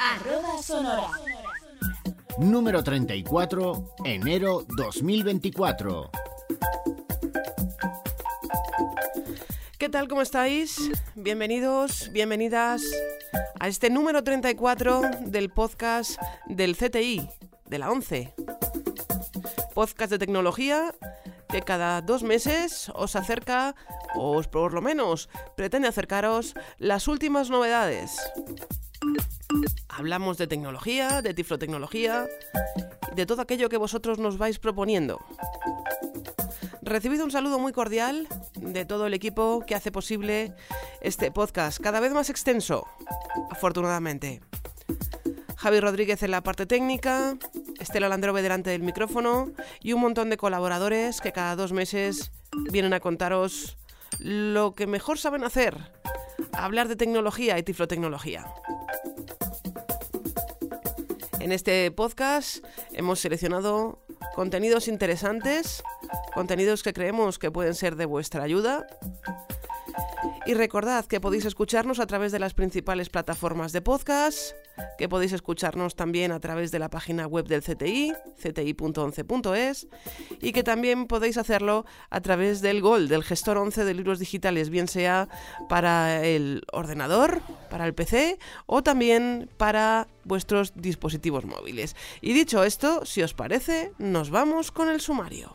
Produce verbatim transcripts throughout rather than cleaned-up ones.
Arroba Sonora. Número treinta y cuatro, enero dos mil veinticuatro. ¿Qué tal? ¿Cómo estáis? Bienvenidos, bienvenidas a este número treinta y cuatro del podcast del C T I, de la ONCE. Podcast de tecnología que cada dos meses os acerca, o por lo menos pretende acercaros, las últimas novedades. Hablamos de tecnología, de tiflotecnología, de todo aquello que vosotros nos vais proponiendo. Recibid un saludo muy cordial de todo el equipo que hace posible este podcast, cada vez más extenso, afortunadamente. Javi Rodríguez en la parte técnica, Estela Landrove delante del micrófono y un montón de colaboradores que cada dos meses vienen a contaros lo que mejor saben hacer, hablar de tecnología y tiflotecnología. En este podcast hemos seleccionado contenidos interesantes, contenidos que creemos que pueden ser de vuestra ayuda. Y recordad que podéis escucharnos a través de las principales plataformas de podcast, que podéis escucharnos también a través de la página web del C T I, c t i punto once punto es, y que también podéis hacerlo a través del G O L, del gestor once de libros digitales, bien sea para el ordenador, para el P C o también para vuestros dispositivos móviles. Y dicho esto, si os parece, nos vamos con el sumario.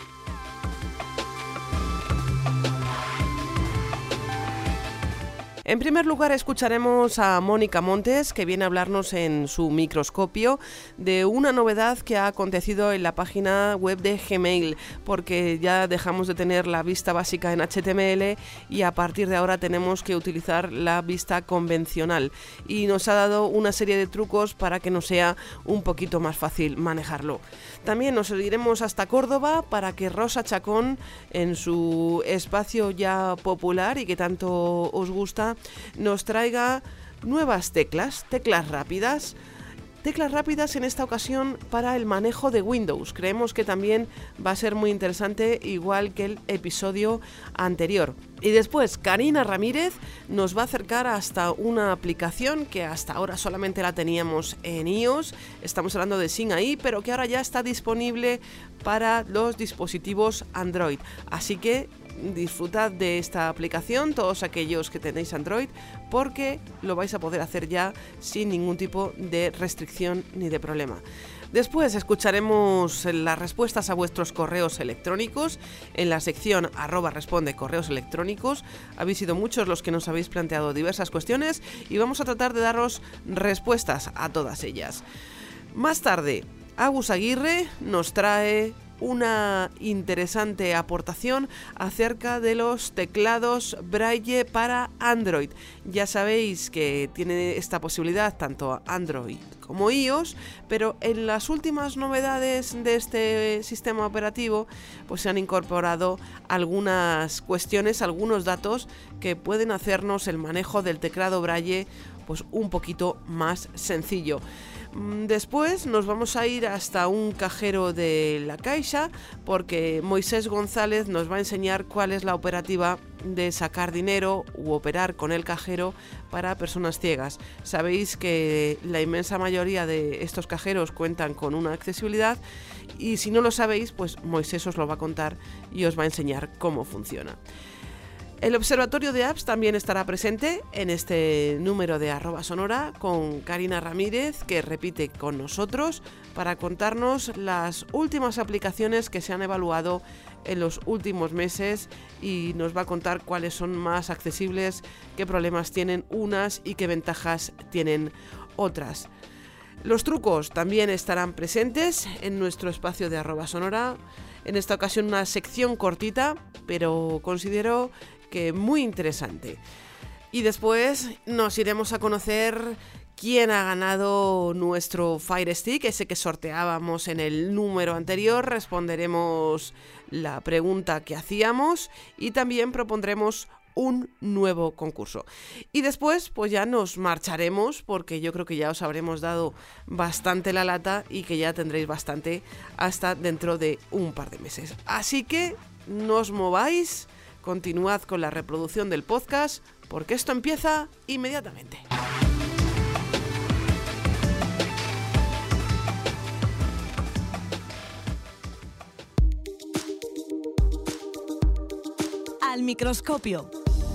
En primer lugar escucharemos a Mónica Montes, que viene a hablarnos en su microscopio de una novedad que ha acontecido en la página web de Gmail, porque ya dejamos de tener la vista básica en H T M L y a partir de ahora tenemos que utilizar la vista convencional, y nos ha dado una serie de trucos para que nos sea un poquito más fácil manejarlo. También nos iremos hasta Córdoba para que Rosa Chacón, en su espacio ya popular y que tanto os gusta, nos traiga nuevas teclas, teclas rápidas, teclas rápidas en esta ocasión para el manejo de Windows. Creemos que también va a ser muy interesante, igual que el episodio anterior. Y después Karina Ramírez nos va a acercar hasta una aplicación que hasta ahora solamente la teníamos en iOS. Estamos hablando de Sing A I, pero que ahora ya está disponible para los dispositivos Android. Así que disfrutad de esta aplicación, todos aquellos que tenéis Android, porque lo vais a poder hacer ya sin ningún tipo de restricción ni de problema. Después escucharemos las respuestas a vuestros correos electrónicos en la sección arroba responde correos electrónicos. Habéis sido muchos los que nos habéis planteado diversas cuestiones y vamos a tratar de daros respuestas a todas ellas. Más tarde, Agus Aguirre nos trae una interesante aportación acerca de los teclados Braille para Android. Ya sabéis que tiene esta posibilidad tanto Android como iOS, pero en las últimas novedades de este sistema operativo pues se han incorporado algunas cuestiones, algunos datos que pueden hacernos el manejo del teclado Braille pues un poquito más sencillo. Después nos vamos a ir hasta un cajero de La Caixa, porque Moisés González nos va a enseñar cuál es la operativa de sacar dinero u operar con el cajero para personas ciegas. Sabéis que la inmensa mayoría de estos cajeros cuentan con una accesibilidad, y si no lo sabéis, pues Moisés os lo va a contar y os va a enseñar cómo funciona. El Observatorio de Apps también estará presente en este número de arroba sonora con Karina Ramírez, que repite con nosotros para contarnos las últimas aplicaciones que se han evaluado en los últimos meses, y nos va a contar cuáles son más accesibles, qué problemas tienen unas y qué ventajas tienen otras. Los trucos también estarán presentes en nuestro espacio de arroba sonora. En esta ocasión una sección cortita, pero considero que muy interesante. Y después nos iremos a conocer quién ha ganado nuestro Fire Stick, ese que sorteábamos en el número anterior. Responderemos la pregunta que hacíamos y también propondremos un nuevo concurso. Y después pues ya nos marcharemos, porque yo creo que ya os habremos dado bastante la lata y que ya tendréis bastante hasta dentro de un par de meses. Así que no os mováis, continuad con la reproducción del podcast, porque esto empieza inmediatamente. microscopio.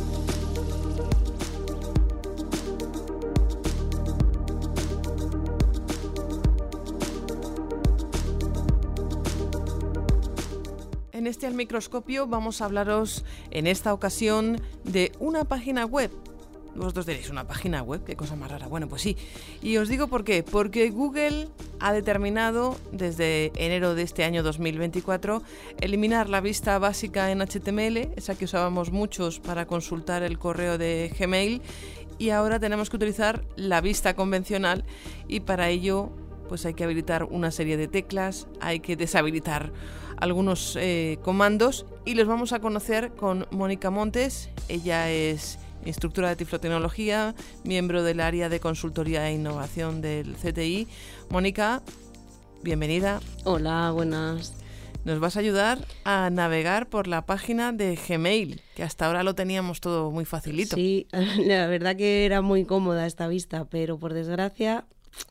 En este Al Microscopio vamos a hablaros en esta ocasión de una página web. Vosotros diréis, ¿una página web? ¿Qué cosa más rara? Bueno, pues sí. Y os digo por qué. Porque Google ha determinado desde enero de este año dos mil veinticuatro eliminar la vista básica en H T M L, esa que usábamos muchos para consultar el correo de Gmail, y ahora tenemos que utilizar la vista convencional, y para ello pues hay que habilitar una serie de teclas, hay que deshabilitar algunos eh, comandos, y los vamos a conocer con Mónica Montes. Ella es instructora de tiflotecnología, miembro del área de consultoría e innovación del C T I. Mónica, bienvenida. Hola, buenas. Nos vas a ayudar a navegar por la página de Gmail, que hasta ahora lo teníamos todo muy facilito. Sí, la verdad que era muy cómoda esta vista, pero por desgracia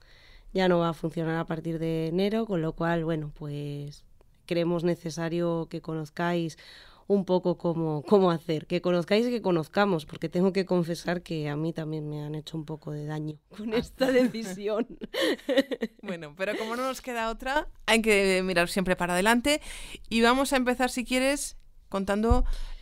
ya no va a funcionar a partir de enero, con lo cual, bueno, pues creemos necesario que conozcáis un poco cómo, cómo hacer, que conozcáis y que conozcamos, porque tengo que confesar que a mí también me han hecho un poco de daño con esta decisión. Bueno, pero como no nos queda otra, hay que mirar siempre para adelante, y vamos a empezar, si quieres, contando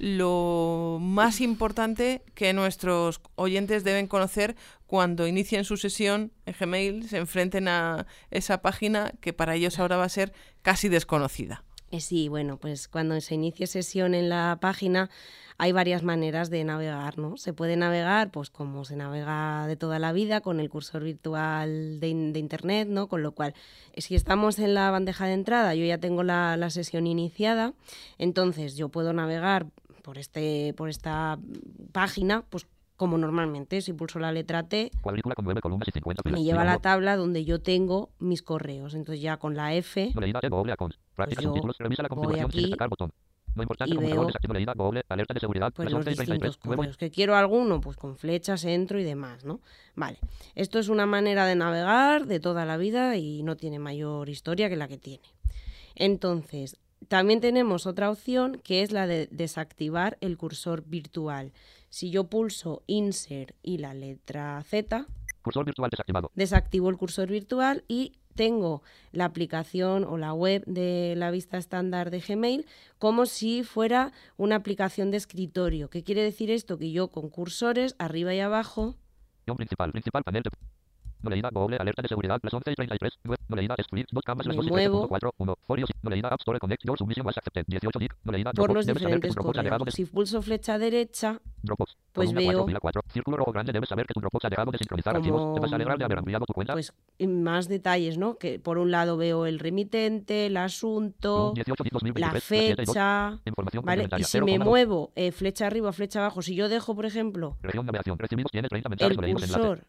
lo más importante que nuestros oyentes deben conocer cuando inicien su sesión en Gmail, se enfrenten a esa página que para ellos ahora va a ser casi desconocida. Eh, sí, bueno, pues cuando se inicie sesión en la página hay varias maneras de navegar, ¿no? Se puede navegar pues como se navega de toda la vida, con el cursor virtual de, in- de Internet, ¿no? Con lo cual, si estamos en la bandeja de entrada, yo ya tengo la, la sesión iniciada, entonces yo puedo navegar por, este, por esta página, pues como normalmente. Si pulso la letra T, Cuadrícula con nueve columnas y cincuenta filas. me lleva a la Digamos, tabla donde yo tengo mis correos. Entonces ya con la F, no leída, E, Google Accounts. Prácticas yo subtítulos. Revisa la voy configuración sin aquí destacar botón. No importante y conmutador veo desactivo leída, Google, alerta de seguridad, pues las los once y treinta y tres, distintos nuevo. correos. ¿Que quiero alguno? Pues con flechas entro y demás, ¿no? Vale, esto es una manera de navegar de toda la vida y no tiene mayor historia que la que tiene. Entonces, también tenemos otra opción, que es la de desactivar el cursor virtual. Si yo pulso Insert y la letra Z, Cursor virtual desactivado. desactivo el cursor virtual y tengo la aplicación o la web de la vista estándar de Gmail como si fuera una aplicación de escritorio. ¿Qué quiere decir esto? Que yo con cursores arriba y abajo Guión principal. Principal panel de... No leída, Google, alerta de seguridad, las once y treinta y tres, nueve. No leída, Script, dos camas, las Me dos y trece punto muevo cuatro, uno. Folios, no leída, App Store, Connect, Your Submission was accepted, dieciocho gig. No leída, por Dropbox, los debes saber que tu diferentes Dropbox ha llegado correos. de... Si pulso flecha derecha, Dropbox. pues Columna veo cuatro, fila cuatro. Círculo rojo grande, debes saber que tu Dropbox ha llegado de sincronizar archivos. Te vas a alegrar de haber ampliado tu cuenta. pues más detalles, ¿no? Que por un lado veo el remitente, el asunto, dieciocho gig dos mil la veintitrés, las siete y dos. fecha, Información ¿vale? Y complementaria. si cero me coma dos. muevo eh, flecha arriba o flecha abajo, si yo dejo, por ejemplo, Región navegación. Recibidos tiene treinta mensajes el no leídos. Enlace. cursor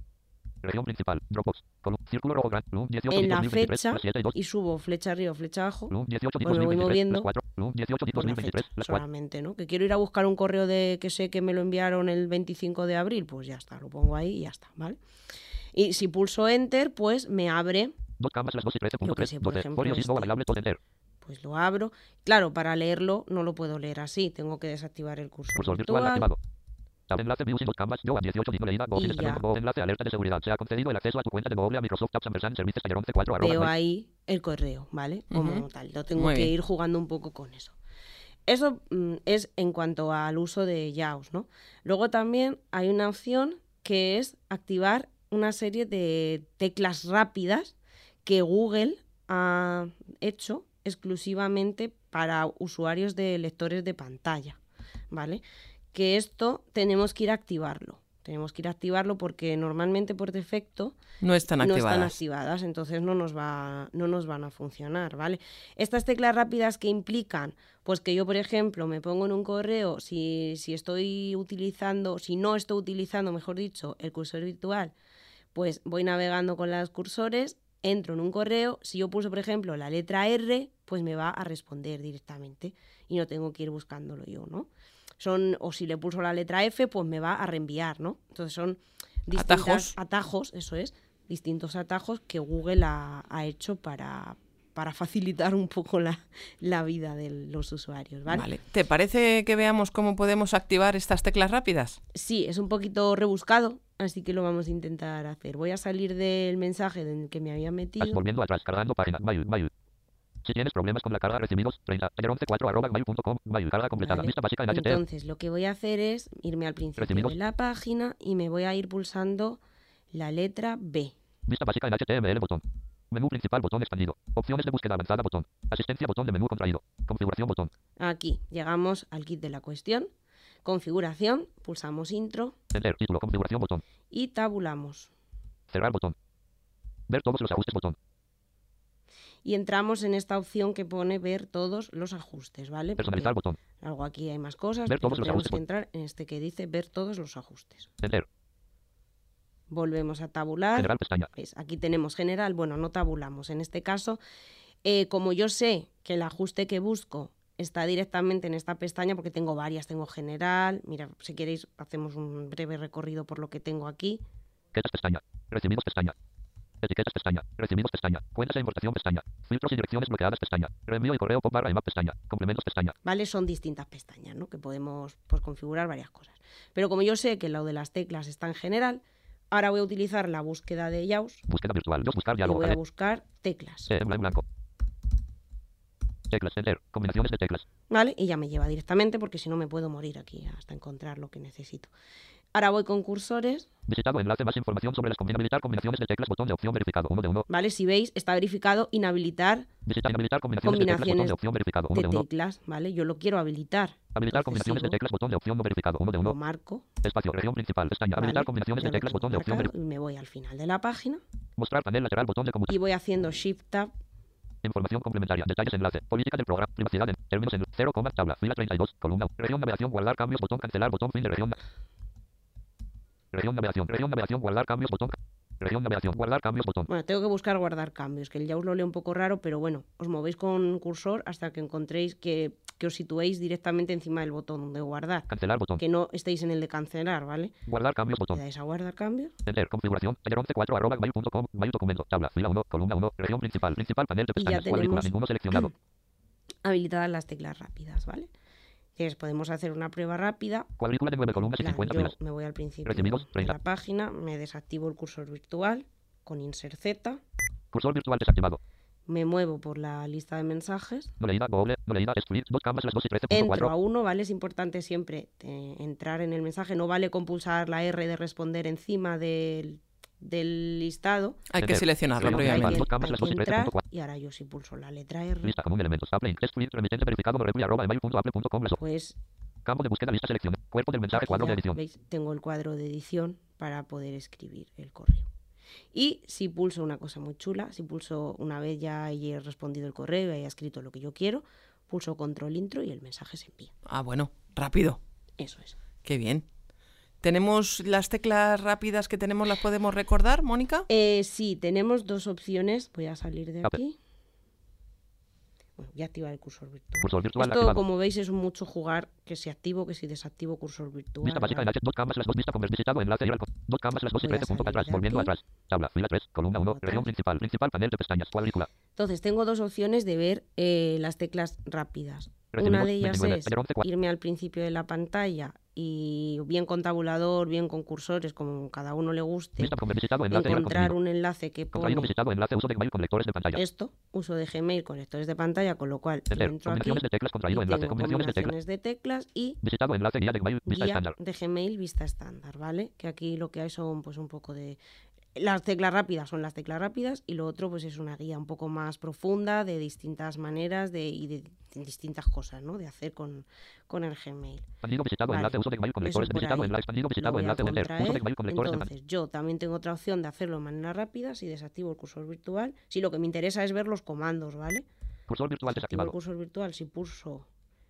Región principal. Dropbox. Column, círculo rojo grande. Plum, dieciocho en gig la dos mil veintitrés, fecha las siete y dos. y subo flecha arriba o flecha abajo, Plum, dieciocho gig pues me voy dos mil veintitrés, moviendo las cuatro. Plum, dieciocho gig por la dos mil veintitrés, fecha las cuatro. solamente, ¿no? Que quiero ir a buscar un correo de que sé que me lo enviaron el veinticinco de abril, pues ya está, lo pongo ahí y ya está, ¿vale? Y si pulso Enter, pues me abre, Dos camas, las dos y trece Yo punto que tres, sé, por doce. ejemplo, Folios y no este. bailable, todo enter. pues lo abro. Claro, para leerlo no lo puedo leer así, tengo que desactivar el cursor, Cursor virtual virtual. activado. Tab enlace views y dos camas. Yo a dieciocho gig no leída. Google Y está ya. Google enlace alerta de seguridad. Se ha concedido el acceso a tu cuenta de Google a Microsoft Apps Ampersand Services Taller once cuatro arroba Veo gmail. ahí el correo, ¿vale? Como Ujú. tal, lo tengo Muy que bien. ir jugando un poco con eso. Eso mm, es en cuanto al uso de JAWS, ¿no? Luego también hay una opción que es activar una serie de teclas rápidas que Google ha hecho exclusivamente para usuarios de lectores de pantalla, ¿vale? Que esto tenemos que ir a activarlo. Tenemos que ir a activarlo porque normalmente por defecto No están no activadas. están activadas, entonces no nos va, no nos van a funcionar, ¿vale? Estas teclas rápidas que implican, pues que yo, por ejemplo, me pongo en un correo, si, si estoy utilizando, si no estoy utilizando, mejor dicho, el cursor virtual, pues voy navegando con los cursores, entro en un correo, si yo pulso, por ejemplo, la letra R, pues me va a responder directamente y no tengo que ir buscándolo yo, ¿no? Son, o si le pulso la letra F, pues me va a reenviar, ¿no? Entonces son distintos Atajos. atajos, eso es, distintos atajos que Google ha, ha hecho para, para facilitar un poco la, la vida de los usuarios, ¿vale? Vale. ¿Te parece que veamos cómo podemos activar estas teclas rápidas? Sí, es un poquito rebuscado, así que lo vamos a intentar hacer. Voy a salir del mensaje en el que me había metido. Volviendo atrás, cargando página, mail, mail. Si tienes problemas con la carga, recibidos treinta, ayer once cuatro arroba mail punto com, mail, carga completada, Vale. lista básica en H T M L. Entonces, lo que voy a hacer es irme al principio Recibidos. de la página y me voy a ir pulsando la letra B. Vista básica en H T M L, botón. Menú principal, botón expandido. Opciones de búsqueda avanzada, botón. Asistencia, botón de menú contraído. Configuración, botón. Aquí llegamos al kit de la cuestión. Configuración, pulsamos intro Enter, título, configuración, botón. y tabulamos. Cerrar, botón. Ver todos los ajustes, botón. Y entramos en esta opción que pone ver todos los ajustes, ¿vale? Personalizar, Porque botón. algo aquí hay más cosas, Ver pero todos los tenemos ajustes, que botón. entrar en este que dice ver todos los ajustes. Enter. Volvemos a tabular. General, pestaña. ¿Ves? Aquí tenemos general, bueno, no tabulamos. En este caso, eh, como yo sé que el ajuste que busco está directamente en esta pestaña, porque tengo varias, tengo general, mira, si queréis hacemos un breve recorrido por lo que tengo aquí. Etiquetas, pestaña. Recibidos, pestaña. Etiquetas, pestaña. Recibidos, pestaña. Cuentas de importación, pestaña. Filtros y direcciones bloqueadas, pestaña. Reenvío y correo pop barra emap, pestaña. Complementos, pestaña. ¿Vale? Son distintas pestañas, ¿no? Que podemos pues, configurar varias cosas. Pero como yo sé que lo de las teclas está en general, ahora voy a utilizar la búsqueda de Yaus Búsqueda virtual. Yo buscar y diálogo. voy a Cadet. buscar teclas. Eh, en blanco. Teclas, enter. Combinaciones de teclas. ¿Vale? Y ya me lleva directamente porque si no me puedo morir aquí hasta encontrar lo que necesito. Ahora voy con cursores, Visitado enlace más información sobre las combinaciones. Inhabilitar combinaciones de teclas. Botón de opción verificado. Uno de uno. ¿vale? Si veis, está verificado inhabilitar Visitar inhabilitar combinaciones, de teclas. Botón Combinaciones de opción verificado. Uno de de uno. teclas, ¿vale? Yo lo quiero habilitar. Habilitar Entonces combinaciones de sigo, teclas. Botón de opción no verificado. Uno de Lo uno. marco, Espacio. Región principal. Pestaña. ¿vale? Habilitar combinaciones Ya de lo teclas. tengo Botón de opción marcado verificado. y me voy al final de la página Mostrar panel lateral. Botón de y conmutación. voy haciendo Shift Tab. Información complementaria. Detalles enlace. Política del programa. Privacidad en términos en cero, tabla. Fila treinta y dos. Columna. Región navegación. Guardar cambios. Botón cancelar. Botón fin de región. Región navegación. Región navegación. Guardar cambios. Botón. Región navegación. Guardar cambios. Botón. Bueno, tengo que buscar guardar cambios, que el Yaus lo lee un poco raro, pero bueno, os movéis con cursor hasta que encontréis que, que os situéis directamente encima del botón de guardar. Cancelar. Botón. Que no estéis en el de cancelar, ¿vale? Guardar cambios. Le Botón. dais a guardar cambios. Enter. Configuración. Ayer once cuatro arroba mail punto com. Mail documento. Tabla. Fila uno. Columna uno. Región principal. Principal panel de Y ya pestañas. Cuadrícula. tenemos Ninguno seleccionado. habilitadas las teclas rápidas, ¿vale? Entonces podemos hacer una prueba rápida. Cuadrícula de nueve columnas y Plan, cincuenta yo filas. me voy al principio Recibidos, de treinta. la página, me desactivo el cursor virtual con Insert Z, Cursor virtual desactivado. me muevo por la lista de mensajes, No leída. Google. No leída. Excluir. Dos camas las dos y trece punto entro a cuatro. uno, ¿vale? Es importante siempre eh, entrar en el mensaje, no vale con pulsar la R de responder encima del, del listado. Hay que Enter. seleccionarlo Región Hay previamente. principal. que, Dos camas hay las que dos y trece entrar punto cuatro. y ahora yo si pulso la letra R, Lista común elementos. Apple. Excluir. Remitente verificado. Reply arroba email punto apple punto com. pues Campo de búsqueda. Lista selección. Cuerpo del mensaje. aquí Cuadro de ya, edición. ¿veis? Tengo el cuadro de edición para poder escribir el correo. Y si pulso una cosa muy chula, si pulso una vez ya he respondido el correo y haya escrito lo que yo quiero, pulso control intro y el mensaje se envía. Ah, bueno, rápido. Eso es. Qué bien. ¿Tenemos las teclas rápidas que tenemos, las podemos recordar, Mónica? Eh, sí, tenemos dos opciones. Voy a salir de Ape. aquí. Bueno, voy a activar el cursor virtual. Cursor virtual Esto, activado. como veis, es mucho jugar que si activo, que si desactivo cursor virtual. Vista básica en ¿vale? H. Dos camas las dos. Vista convert. Visitado enlace. Ir al co- Dos camas las dos y Voy a trece punto salir atrás. de Volviendo aquí. atrás. Tabla. Fila tres. Columna uno. Otra. Región principal. Principal panel de pestañas. Cuadrícula. Entonces, tengo dos opciones de ver eh, las teclas rápidas. Recibimos Una de ellas veintinueve, es ayer once, cuatro. irme al principio de la pantalla y bien con tabulador, bien con cursores, como cada uno le guste, Vista convert. Visitado enlace. Ir al encontrar contenido. un enlace que Contraído. pone Visitado enlace. Uso de Gmail con lectores de pantalla. esto, uso de Gmail con lectores de pantalla, con lo cual yo Enter. entro aquí Combinaciones de teclas. y Contraído enlace. tengo Combinaciones de teclas. combinaciones de teclas y Visitado enlace. Guía de Gmail. Vista guía estándar. de Gmail vista estándar, ¿vale? Que aquí lo que hay son pues un poco de... Las teclas rápidas son las teclas rápidas y lo otro pues es una guía un poco más profunda de distintas maneras de, y de, de distintas cosas, ¿no? De hacer con, con el Gmail. Expandido. Visitado Vale. enlace. Uso de Gmail con Eso lectores de por visitado ahí. enlace. Expandido. Lo Visitado voy a enlace. Enter. Uso de contraer. Gmail con lectores de pantalla. Entonces, yo también tengo otra opción de hacerlo de manera rápida si desactivo el cursor virtual. Si lo que me interesa es ver los comandos, ¿vale? Cursor virtual Desactivo el desactivado. cursor virtual si pulso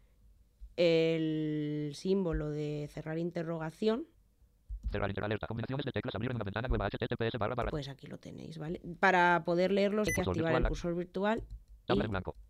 el símbolo de cerrar interrogación, Cerrar inter alerta. Combinaciones de teclas. Abrir en una ventana nueva. H T T P S barra barra. pues aquí lo tenéis, ¿vale? Para poder leerlos hay que Cursor activar el virtual. cursor virtual y Tabla en blanco.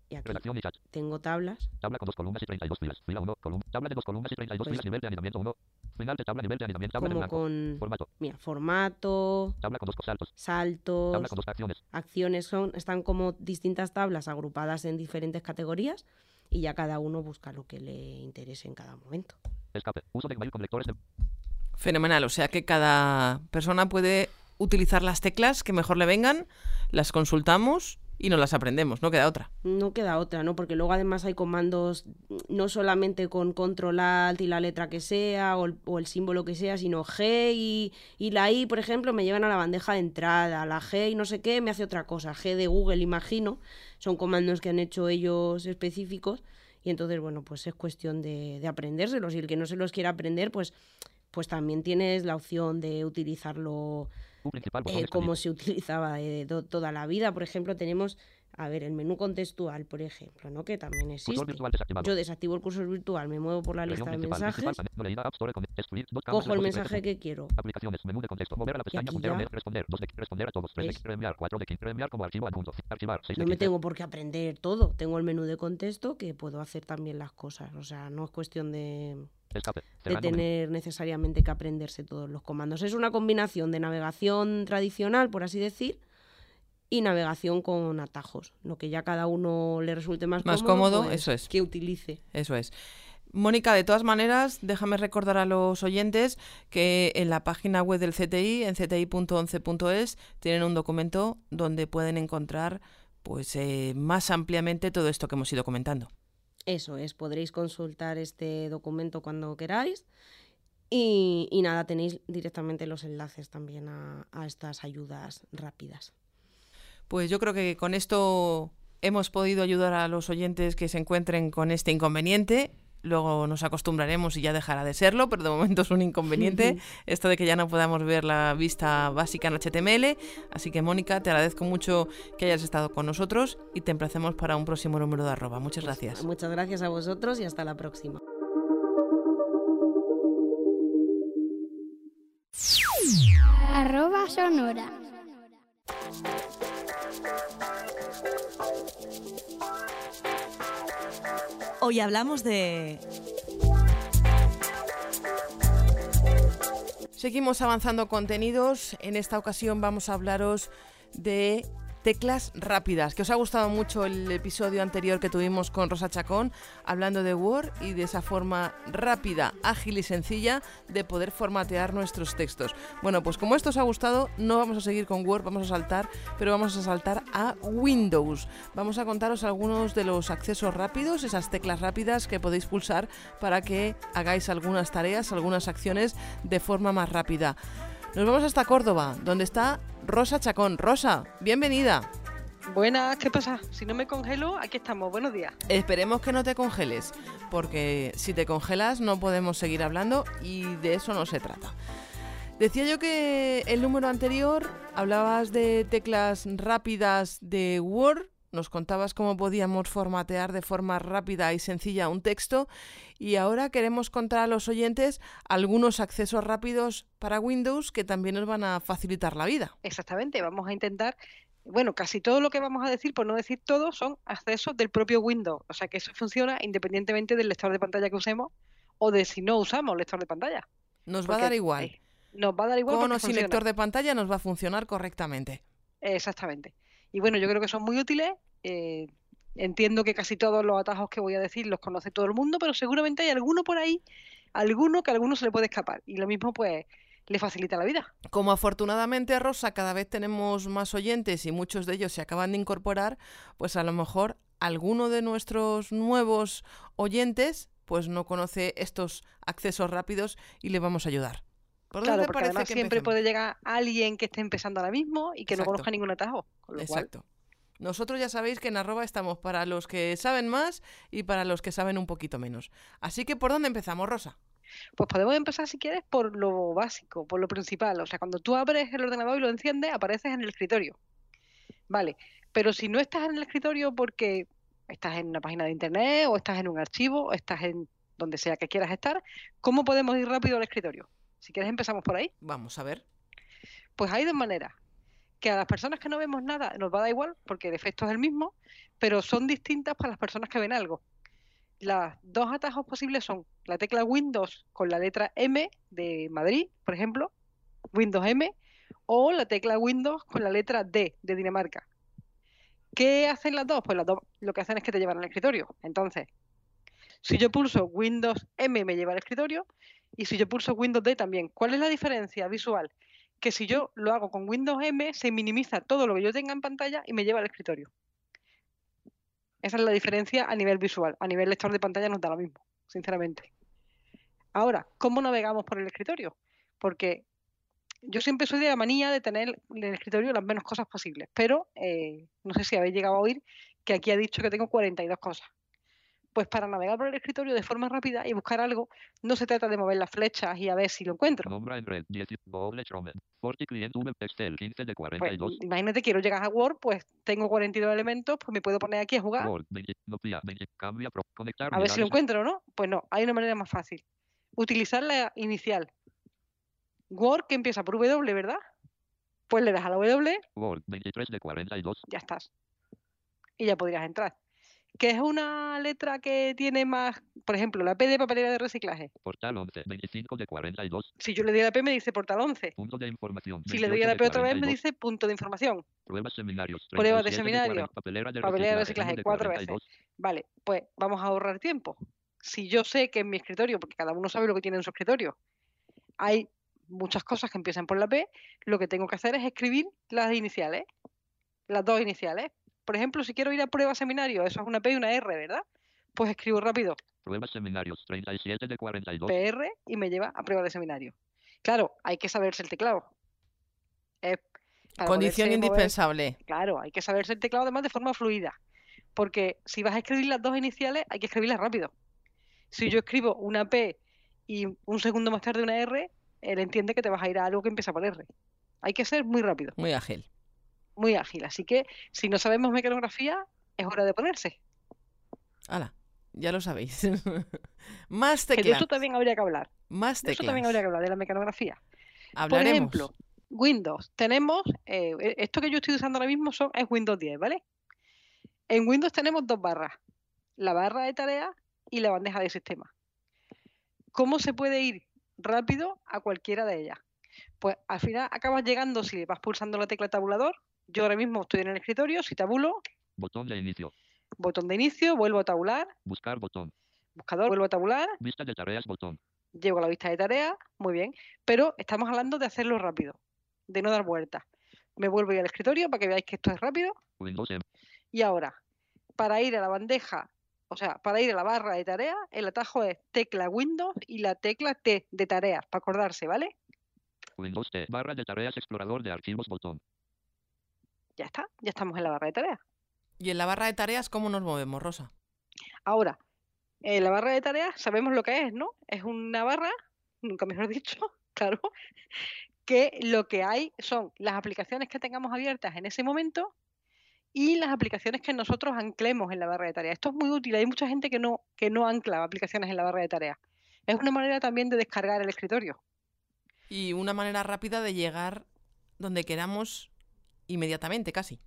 y aquí Redacción y chat. tengo tablas. Tabla con dos columnas y treinta y dos filas. Fila uno, columna. Tabla de dos columnas y treinta y dos Pues- filas. Nivel de anidamiento uno. Final de tabla, nivel de anidamiento. Tabla de Como blanco. con, Formato. mira, formato, Tabla con dos saltos. saltos, Tabla con dos acciones. acciones, son, están como distintas tablas agrupadas en diferentes categorías y ya cada uno busca lo que le interese en cada momento. Escape. Uso de Gmail con lectores de... Fenomenal, o sea que cada persona puede utilizar las teclas que mejor le vengan, las consultamos y nos las aprendemos, no queda otra. No queda otra, ¿no? Porque luego además hay comandos no solamente con control alt y la letra que sea o el, o el símbolo que sea, sino G y, y la I, por ejemplo, me llevan a la bandeja de entrada, la G y no sé qué me hace otra cosa, G de Google, imagino, son comandos que han hecho ellos específicos y entonces, bueno, pues es cuestión de, de aprendérselos y el que no se los quiera aprender, pues, pues también tienes la opción de utilizarlo U principal, botón eh, expandir. como se utilizaba eh, to- toda la vida. Por ejemplo, tenemos, a ver, el menú contextual, por ejemplo, ¿no? Que también Cursor existe. virtual desactivado. Yo desactivo el cursor virtual, me muevo por la Región lista de principal. mensajes, Principal, panel, no leída, App Store con excluir, dos camas, cojo el reposo y mensaje reto. que quiero. Aplicaciones, menú de contexto, mover a la pestaña, aquí puntero, ya- leer, responder, dos de responder a todos, tres de ¿Ves? reenviar, cuatro de reenviar como archivo adjunto, archivar, seis de No me quince. tengo por qué aprender todo. Tengo el menú de contexto que puedo hacer también las cosas. O sea, no es cuestión de, Escape, de cerrando menú. tener necesariamente que aprenderse todos los comandos. Es una combinación de navegación tradicional, por así decir, y navegación con atajos. Lo que ya cada uno le resulte más, Más cómodo, pues, eso es. que utilice. Eso es. Mónica, de todas maneras, déjame recordar a los oyentes que en la página web del C T I, en c t i punto once punto es, tienen un documento donde pueden encontrar pues eh, más ampliamente todo esto que hemos ido comentando. Eso es, podréis consultar este documento cuando queráis. Y, y nada, tenéis directamente los enlaces también a, a estas ayudas rápidas. Pues yo creo que con esto hemos podido ayudar a los oyentes que se encuentren con este inconveniente. Luego nos acostumbraremos y ya dejará de serlo, pero de momento es un inconveniente esto de que ya no podamos ver la vista básica en H T M L. Así que, Mónica, te agradezco mucho que hayas estado con nosotros y te emplacemos para un próximo número de arroba. Muchas gracias. Muchas gracias a vosotros y hasta la próxima. Arroba sonora. Hoy hablamos de... Seguimos avanzando contenidos. En esta ocasión vamos a hablaros de teclas rápidas, que os ha gustado mucho el episodio anterior que tuvimos con Rosa Chacón, hablando de Word y de esa forma rápida, ágil y sencilla de poder formatear nuestros textos. Bueno, pues como esto os ha gustado, no vamos a seguir con Word, vamos a saltar, pero vamos a saltar a Windows. Vamos a contaros algunos de los accesos rápidos, esas teclas rápidas que podéis pulsar para que hagáis algunas tareas, algunas acciones de forma más rápida. Nos vamos hasta Córdoba, donde está Rosa Chacón. Rosa, bienvenida. Buenas, ¿qué pasa? Si no me congelo, aquí estamos. Buenos días. Esperemos que no te congeles, porque si te congelas no podemos seguir hablando y de eso no se trata. Decía yo que el número anterior hablabas de teclas rápidas de Word, nos contabas cómo podíamos formatear de forma rápida y sencilla un texto y ahora queremos contar a los oyentes algunos accesos rápidos para Windows que también nos van a facilitar la vida. Exactamente, vamos a intentar, bueno, casi todo lo que vamos a decir, por no decir todo, son accesos del propio Windows. O sea que eso funciona independientemente del lector de pantalla que usemos o de si no usamos lector de pantalla. Nos va Porque, a dar igual. eh, nos va a dar igual Con porque o sin funciona. lector de pantalla nos va a funcionar correctamente. Exactamente. Y bueno, yo creo que son muy útiles. eh, entiendo que casi todos los atajos que voy a decir los conoce todo el mundo, pero seguramente hay alguno por ahí, alguno que a alguno se le puede escapar. Y lo mismo, pues, le facilita la vida. Como afortunadamente, Rosa, cada vez tenemos más oyentes y muchos de ellos se acaban de incorporar, pues a lo mejor alguno de nuestros nuevos oyentes pues no conoce estos accesos rápidos y le vamos a ayudar. ¿Por dónde Claro, te porque parece además que siempre empecemos? puede llegar alguien que esté empezando ahora mismo y que Exacto. no conozca ningún atajo. Con lo cual, Exacto. Nosotros ya sabéis que en arroba estamos para los que saben más y para los que saben un poquito menos. Así que, ¿por dónde empezamos, Rosa? pues podemos empezar, si quieres, por lo básico, por lo principal. O sea, cuando tú abres el ordenador y lo enciendes, apareces en el escritorio. Vale, pero si no estás en el escritorio porque estás en una página de internet o estás en un archivo o estás en donde sea que quieras estar, ¿cómo podemos ir rápido al escritorio? Si quieres empezamos por ahí. Vamos a ver. Pues hay dos maneras. que a las personas que no vemos nada nos va a dar igual, porque el efecto es el mismo, pero son distintas para las personas que ven algo. Los dos atajos posibles son la tecla Windows con la letra M de Madrid, por ejemplo, Windows M, o la tecla Windows con la letra D de Dinamarca. ¿Qué hacen las dos? Pues las dos lo que hacen es que te llevan al escritorio. Entonces, si yo pulso Windows M me lleva al escritorio, y si yo pulso Windows D también. ¿Cuál es la diferencia visual? Que si yo lo hago con Windows M, se minimiza todo lo que yo tenga en pantalla y me lleva al escritorio. Esa es la diferencia a nivel visual. A nivel lector de pantalla nos da lo mismo, sinceramente. Ahora, ¿cómo navegamos por el escritorio? Porque yo siempre soy de la manía de tener en el escritorio las menos cosas posibles, pero eh, no sé si habéis llegado a oír que aquí ha dicho que tengo cuarenta y dos cosas. Pues para navegar por el escritorio de forma rápida y buscar algo, no se trata de mover las flechas y a ver si lo encuentro. Nombra en red, diez, doble tromen. Forti client V Excel, quince de Pues cuarenta y dos. imagínate, quiero llegar a Word, pues tengo cuarenta y dos elementos, pues me puedo poner aquí a jugar, Word, veinte, Nokia, veinte, cambia, pro, conectar, a ver si lo unidades, encuentro o no. Pues no, hay una manera más fácil. Utilizar la inicial. Word, que empieza por W, ¿verdad? Pues le das a la W, Word, veintitrés de cuarenta y dos. ya estás. Y ya podrías entrar. Que es una letra que tiene más, por ejemplo, la P de papelera de reciclaje. Portal once, veinticinco de cuarenta y dos. Si yo le doy a la P me dice portal once. Punto de información, Si le doy a veintiocho la de P otra vez me cuarenta y dos. dice punto de información. Pruebas seminarios, Prueba de treinta y siete de seminario. cuarenta. Papelera de Papelera de reciclaje, reciclaje uno de cuatro cuarenta y veces. dos. Vale, pues vamos a ahorrar tiempo. Si yo sé que en mi escritorio, porque cada uno sabe lo que tiene en su escritorio, hay muchas cosas que empiezan por la P, lo que tengo que hacer es escribir las iniciales, las dos iniciales. Por ejemplo, si quiero ir a prueba seminario, eso es una P y una R, ¿verdad? Pues escribo rápido Pruebas seminarios, treinta y siete de cuarenta y dos. P R y me lleva a prueba de seminario. Claro, hay que saberse el teclado. Es para Condición poderse mover- indispensable. Claro, hay que saberse el teclado además de forma fluida. Porque si vas a escribir las dos iniciales, hay que escribirlas rápido. Si yo escribo una P y un segundo más tarde una R, él entiende que te vas a ir a algo que empieza por R. Hay que ser muy rápido, Muy ágil. muy ágil. Así que si no sabemos mecanografía, es hora de ponerse. Hala, ya lo sabéis. Más Que de teclas. eso también habría que hablar. Más De eso teclas. también habría que hablar, de la mecanografía. Por Hablaremos. ejemplo, Windows. Tenemos, eh, esto que yo estoy usando ahora mismo son, es Windows diez, ¿vale? En Windows tenemos dos barras, la barra de tareas y la bandeja de sistema. ¿Cómo se puede ir rápido a cualquiera de ellas? Pues al final acabas llegando si vas pulsando la tecla tabulador. Yo ahora mismo estoy en el escritorio, si tabulo, Botón de inicio. botón de inicio, vuelvo a tabular, Buscar botón. buscador, vuelvo a tabular, Vista de tareas botón. llego a la vista de tareas, muy bien, pero estamos hablando de hacerlo rápido, de no dar vueltas. Me vuelvo a ir al escritorio para que veáis que esto es rápido. Windows M. Y ahora, para ir a la bandeja, o sea, para ir a la barra de tareas, el atajo es tecla Windows y la tecla T de tareas, para acordarse, ¿vale? Windows T. Barra de tareas explorador de archivos botón. Ya está, ya estamos en la barra de tareas. ¿Y en la barra de tareas cómo nos movemos, Rosa? Ahora, en la barra de tareas sabemos lo que es, ¿no? Es una barra, nunca mejor dicho, claro, que lo que hay son las aplicaciones que tengamos abiertas en ese momento y las aplicaciones que nosotros anclemos en la barra de tareas. Esto es muy útil, hay mucha gente que no, que no ancla aplicaciones en la barra de tareas. Es una manera también de descargar el escritorio. Y una manera rápida de llegar donde queramos inmediatamente, casi.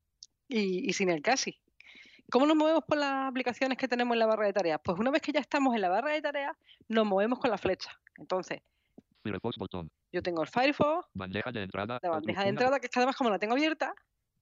Y, y sin el casi. ¿Cómo nos movemos por las aplicaciones que tenemos en la barra de tareas? Pues una vez que ya estamos en la barra de tareas, nos movemos con la flecha. Entonces, Firefox botón. yo tengo el Firefox, Bandeja de entrada. la Outlook, bandeja de una- entrada, que es que además como la tengo abierta,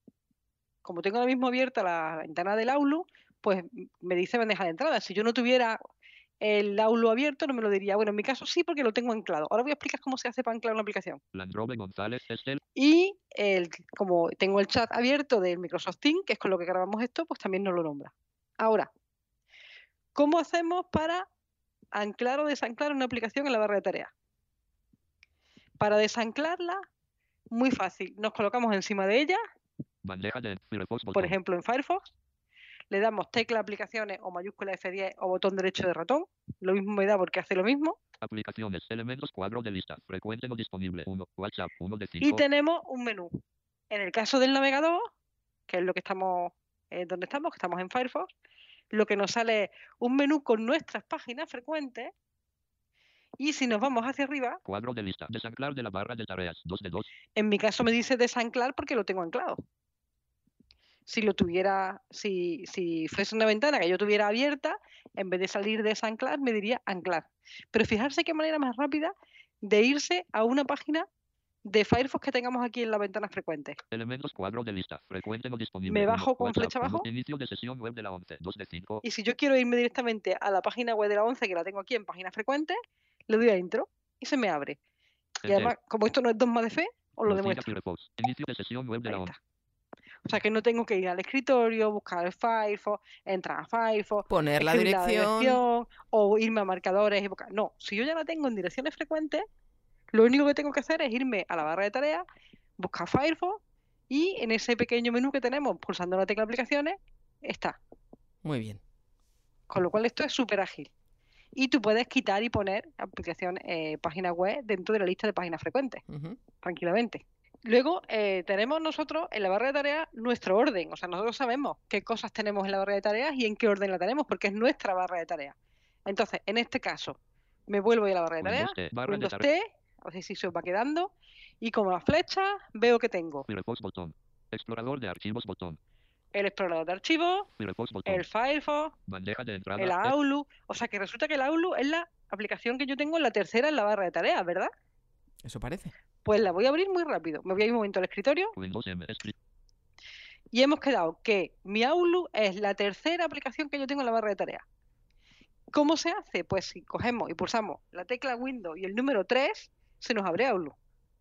como tengo ahora mismo abierta la ventana del Outlook, pues me dice bandeja de entrada. Si yo no tuviera el Outlook abierto, no me lo diría. Bueno, en mi caso sí, porque lo tengo anclado. Ahora voy a explicar cómo se hace para anclar una aplicación. Landrobe González Estel. Y el, como tengo el chat abierto del Microsoft Teams, que es con lo que grabamos esto, pues también nos lo nombra. Ahora, ¿cómo hacemos para anclar o desanclar una aplicación en la barra de tareas? Para desanclarla, muy fácil. Nos colocamos encima de ella, Bandeja de Firefox botón. por ejemplo en Firefox, le damos tecla aplicaciones o mayúscula F diez o botón derecho de ratón. Lo mismo me da porque hace lo mismo. Aplicaciones. Elementos cuadro de lista. Frecuente no disponible. uno. WhatsApp. uno de Y cinco. tenemos un menú. En el caso del navegador, que es lo que estamos, eh, donde estamos, que estamos en Firefox, lo que nos sale es un menú con nuestras páginas frecuentes Y si nos vamos hacia arriba, Cuadro de lista. Desanclar de la barra de tareas. dos de dos. en mi caso me dice desanclar porque lo tengo anclado. Si lo tuviera, si, si fuese una ventana que yo tuviera abierta, en vez de salir desanclar, me diría anclar. Pero fijarse qué manera más rápida de irse a una página de Firefox que tengamos aquí en la ventana frecuente. Elementos cuadro de lista. Frecuente no disponible. Me uno. bajo con WhatsApp. flecha uno. abajo. Inicio de sesión web de la once. dos de cinco. Y si yo quiero irme directamente a la página web de la once, que la tengo aquí en página frecuente, le doy a intro y se me abre. Y Enter. además, como esto no es dogma de fe, os lo Bocina demuestro. Firefox. Inicio de sesión web de Ahí la once. está. O sea que no tengo que ir al escritorio, buscar el Firefox, entrar a Firefox, Poner la escribir dirección. dirección o irme a marcadores y buscar. No, si yo ya la tengo en direcciones frecuentes, lo único que tengo que hacer es irme a la barra de tareas, buscar Firefox y en ese pequeño menú que tenemos, pulsando la tecla aplicaciones, está. Muy bien. Con lo cual esto es súper ágil. Y tú puedes quitar y poner aplicaciones, eh, páginas web dentro de la lista de páginas frecuentes, Ujú. tranquilamente. Luego eh, tenemos nosotros en la barra de tareas nuestro orden. O sea, nosotros sabemos qué cosas tenemos en la barra de tareas y en qué orden la tenemos, porque es nuestra barra de tareas. Entonces, en este caso, me vuelvo a la barra de tareas, Windows T. Barra de Windows tareas. T, a ver si se os va quedando, y como la flecha, veo que tengo Firefox botón. Explorador de archivos botón. el explorador de archivos, Firefox botón. el Firefox, Bandeja de entrada. el eh, Outlook. O sea, que resulta que el Outlook es la aplicación que yo tengo en la tercera en la barra de tareas, ¿verdad? Eso parece. Pues la voy a abrir muy rápido. Me voy a ir un momento al escritorio Windows M. Script. y hemos quedado que mi Outlook es la tercera aplicación que yo tengo en la barra de tareas. ¿Cómo se hace? Pues si cogemos y pulsamos la tecla Windows y el número tres, se nos abre Outlook.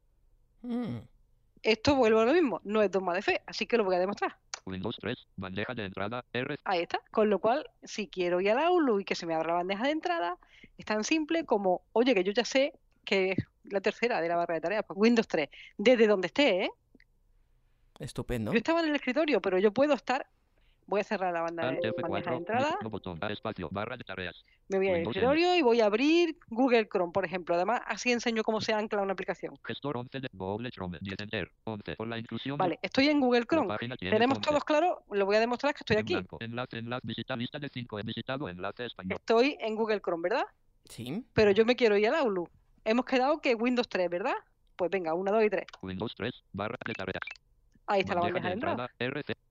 Mm. Esto vuelvo a lo mismo, no es dogma de fe, así que lo voy a demostrar. Windows tres. Bandeja de entrada. R. Ahí está. Con lo cual, si quiero ir al Outlook y que se me abra la bandeja de entrada, es tan simple como, oye, que yo ya sé que es la tercera de la barra de tareas, pues Windows tres, desde donde esté, ¿eh? Estupendo. Yo estaba en el escritorio, pero yo puedo estar. Voy a cerrar la banda Alt de, F bandeja de cuatro. entrada, No botón. A espacio. Barra de tareas. me voy al Windows M. escritorio y voy a abrir Google Chrome, por ejemplo. Además, así enseño cómo se ancla una aplicación. Gestor once de Google Chrome. diez enter. once. Por la inclusión de Vale, estoy en Google la Chrome. página tiene Tenemos once. todos claro, lo voy a demostrar que estoy En aquí. blanco. Enlace. Enlace. Visita lista de cinco. He visitado enlace español. Estoy en Google Chrome, ¿verdad? Sí. Pero yo me quiero ir al Outlook. Hemos quedado que Windows tres, ¿verdad? Pues venga, uno, dos y tres. Windows tres. Barra de tareas. Ahí está la Bandeja bandeja de de entrada. entrada. R C.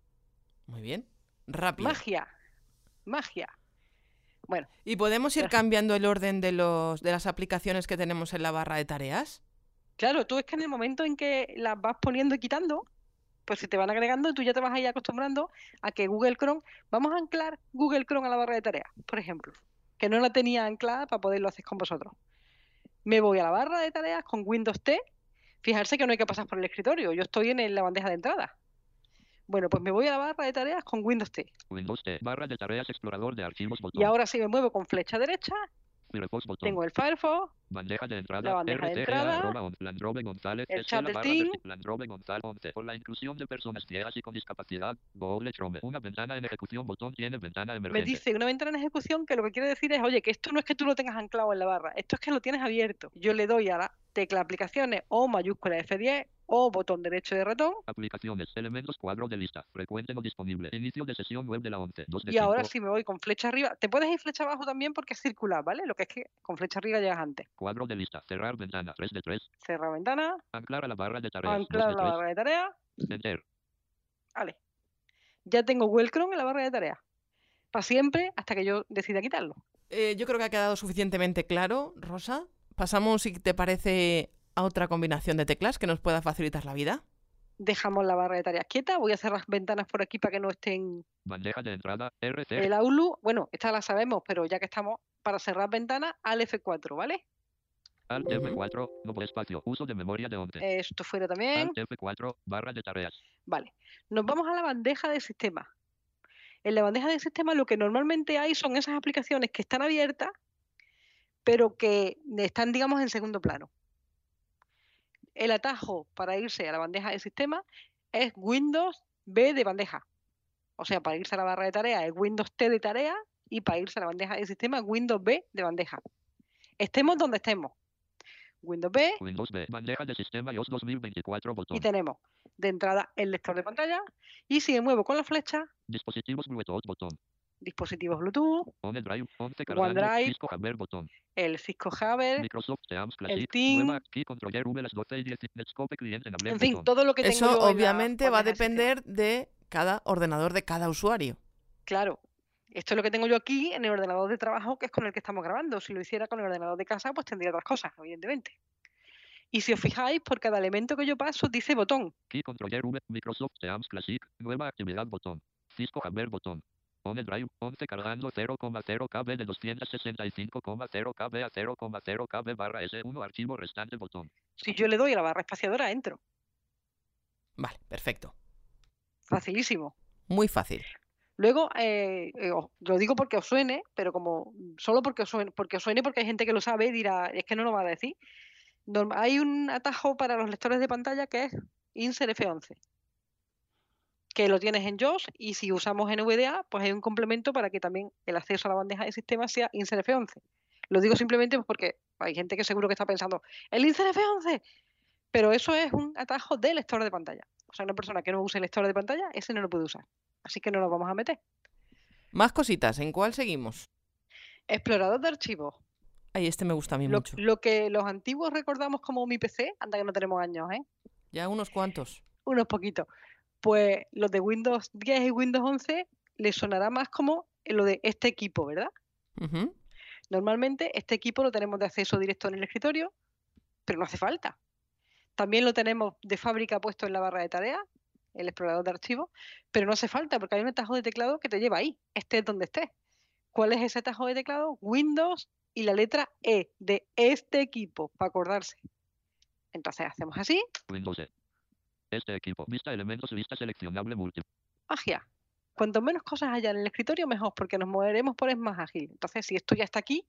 Muy bien. Rápido. Magia. Magia. Bueno, ¿Y podemos ir Ya. cambiando el orden de los de las aplicaciones que tenemos en la barra de tareas? claro, tú es que en el momento en que las vas poniendo y quitando, pues se te van agregando y tú ya te vas a ir acostumbrando a que Google Chrome, vamos a anclar Google Chrome a la barra de tareas, por ejemplo, que no la tenía anclada para poderlo hacer con vosotros. Me voy a la barra de tareas con Windows T, fijarse que no hay que pasar por el escritorio, yo estoy en el- la bandeja de entrada. Bueno, pues me voy a la barra de tareas con Windows T. Windows T. Barra de tareas. Explorador de archivos botón. Y ahora si me muevo con flecha derecha, Firefox botón. tengo el Firefox, Bandeja de entrada. La bandeja de R T G A entrada, arroba on- Landrobe González. el Estela chat del barra de team. ti- Landrobe González once. Por la inclusión de personas ciegas y con discapacidad. Google Chrome. Una ventana en ejecución. Botón tiene ventana me emergente. dice una ventana en ejecución que lo que quiere decir es, oye, que esto no es que tú lo tengas anclado en la barra, esto es que lo tienes abierto. Yo le doy a la tecla aplicaciones o mayúscula F diez o botón derecho de ratón Aplicaciones. Elementos. Cuadro de lista. Frecuente no disponible. Inicio de sesión web de la once. dos de y ahora cinco. si me voy con flecha arriba, te puedes ir flecha abajo también porque es circular, ¿vale? Lo que es que con flecha arriba llegas antes. Cuadro de lista. Cerrar ventana. tres de tres. Cerrar ventana, Anclar a la barra de tareas. dos anclar de la tres. barra de tareas, Enter. vale. Ya tengo Google Chrome en la barra de tareas. Para siempre hasta que yo decida quitarlo. Eh, yo creo que ha quedado suficientemente claro, Rosa. Pasamos, si te parece, a otra combinación de teclas que nos pueda facilitar la vida. Dejamos la barra de tareas quieta, voy a cerrar ventanas por aquí para que no estén Bandeja de entrada. R C. el Outlook. Bueno, esta la sabemos, pero ya que estamos para cerrar ventanas, al F cuatro, ¿vale? Alt F cuatro. No espacio. Uso de memoria de once. Esto fuera también. Alt F cuatro. Barra de tareas. Vale. Nos vamos a la bandeja de sistema. En la bandeja de sistema lo que normalmente hay son esas aplicaciones que están abiertas, pero que están, digamos, en segundo plano. El atajo para irse a la bandeja de sistema es Windows B de bandeja. O sea, para irse a la barra de tareas es Windows T de tarea y para irse a la bandeja de sistema Windows B de bandeja. Estemos donde estemos. Windows B Windows B. Bandeja de sistema iOS dos mil veinticuatro. Botón. y tenemos de entrada el lector de pantalla y si me muevo con la flecha Dispositivos Bluetooth. Botón. dispositivos Bluetooth, OneDrive, once cargando, OneDrive, Cisco Hammer botón, el Cisco Jabber, Microsoft Teams el Classic, Team, nueva Key Controller V las doce y diez, Netscope cliente en en fin, botón. todo lo que tengo Eso yo en la obviamente va a bandeja de sistema. depender de cada ordenador de cada usuario. Claro, esto es lo que tengo yo aquí en el ordenador de trabajo, que es con el que estamos grabando. Si lo hiciera con el ordenador de casa, pues tendría otras cosas, evidentemente. Y si os fijáis, por cada elemento que yo paso dice botón. Key Controller V, Microsoft Teams Classic, nueva actividad botón, Cisco Hammer botón, OneDrive, once cargando cero coma cero KB de doscientos sesenta y cinco coma cero KB a cero coma cero KB barra S uno archivo restante botón. Si yo le doy a la barra espaciadora, entro. Vale, perfecto. Facilísimo. Muy fácil. Luego, eh, eh, os- lo digo porque os suene, pero como solo porque os suene, porque os suene, porque hay gente que lo sabe y dirá, es que no lo va a decir. Norma- hay un atajo para los lectores de pantalla que es Insert F once, que lo tienes en JAWS, y si usamos N V D A, pues hay un complemento para que también el acceso a la bandeja de sistema sea Insert F once. Lo digo simplemente pues porque hay gente que seguro que está pensando, el Insert F once, pero eso es un atajo de lector de pantalla. O sea, una persona que no use lector de pantalla, ese no lo puede usar. Así que no lo vamos a meter. Más cositas, ¿en cuál seguimos? Explorador de archivos. Ay, este me gusta a mí Lo, mucho. lo que los antiguos recordamos como mi P C, anda que no tenemos años, ¿eh? Ya unos cuantos. Unos poquitos. Pues los de Windows diez y Windows once les sonará más como lo de este equipo, ¿verdad? Ujú. Normalmente este equipo lo tenemos de acceso directo en el escritorio, pero no hace falta. También lo tenemos de fábrica puesto en la barra de tareas, el explorador de archivos, pero no hace falta porque hay un atajo de teclado que te lleva ahí, estés donde estés. ¿Cuál es ese atajo de teclado? Windows y la letra E de este equipo, para acordarse. Entonces hacemos así, Windows E. Este equipo, vista elementos, vista seleccionable múltiple. magia. Cuanto menos cosas haya en el escritorio, mejor, porque nos moveremos por es más ágil. Entonces, si esto ya está aquí,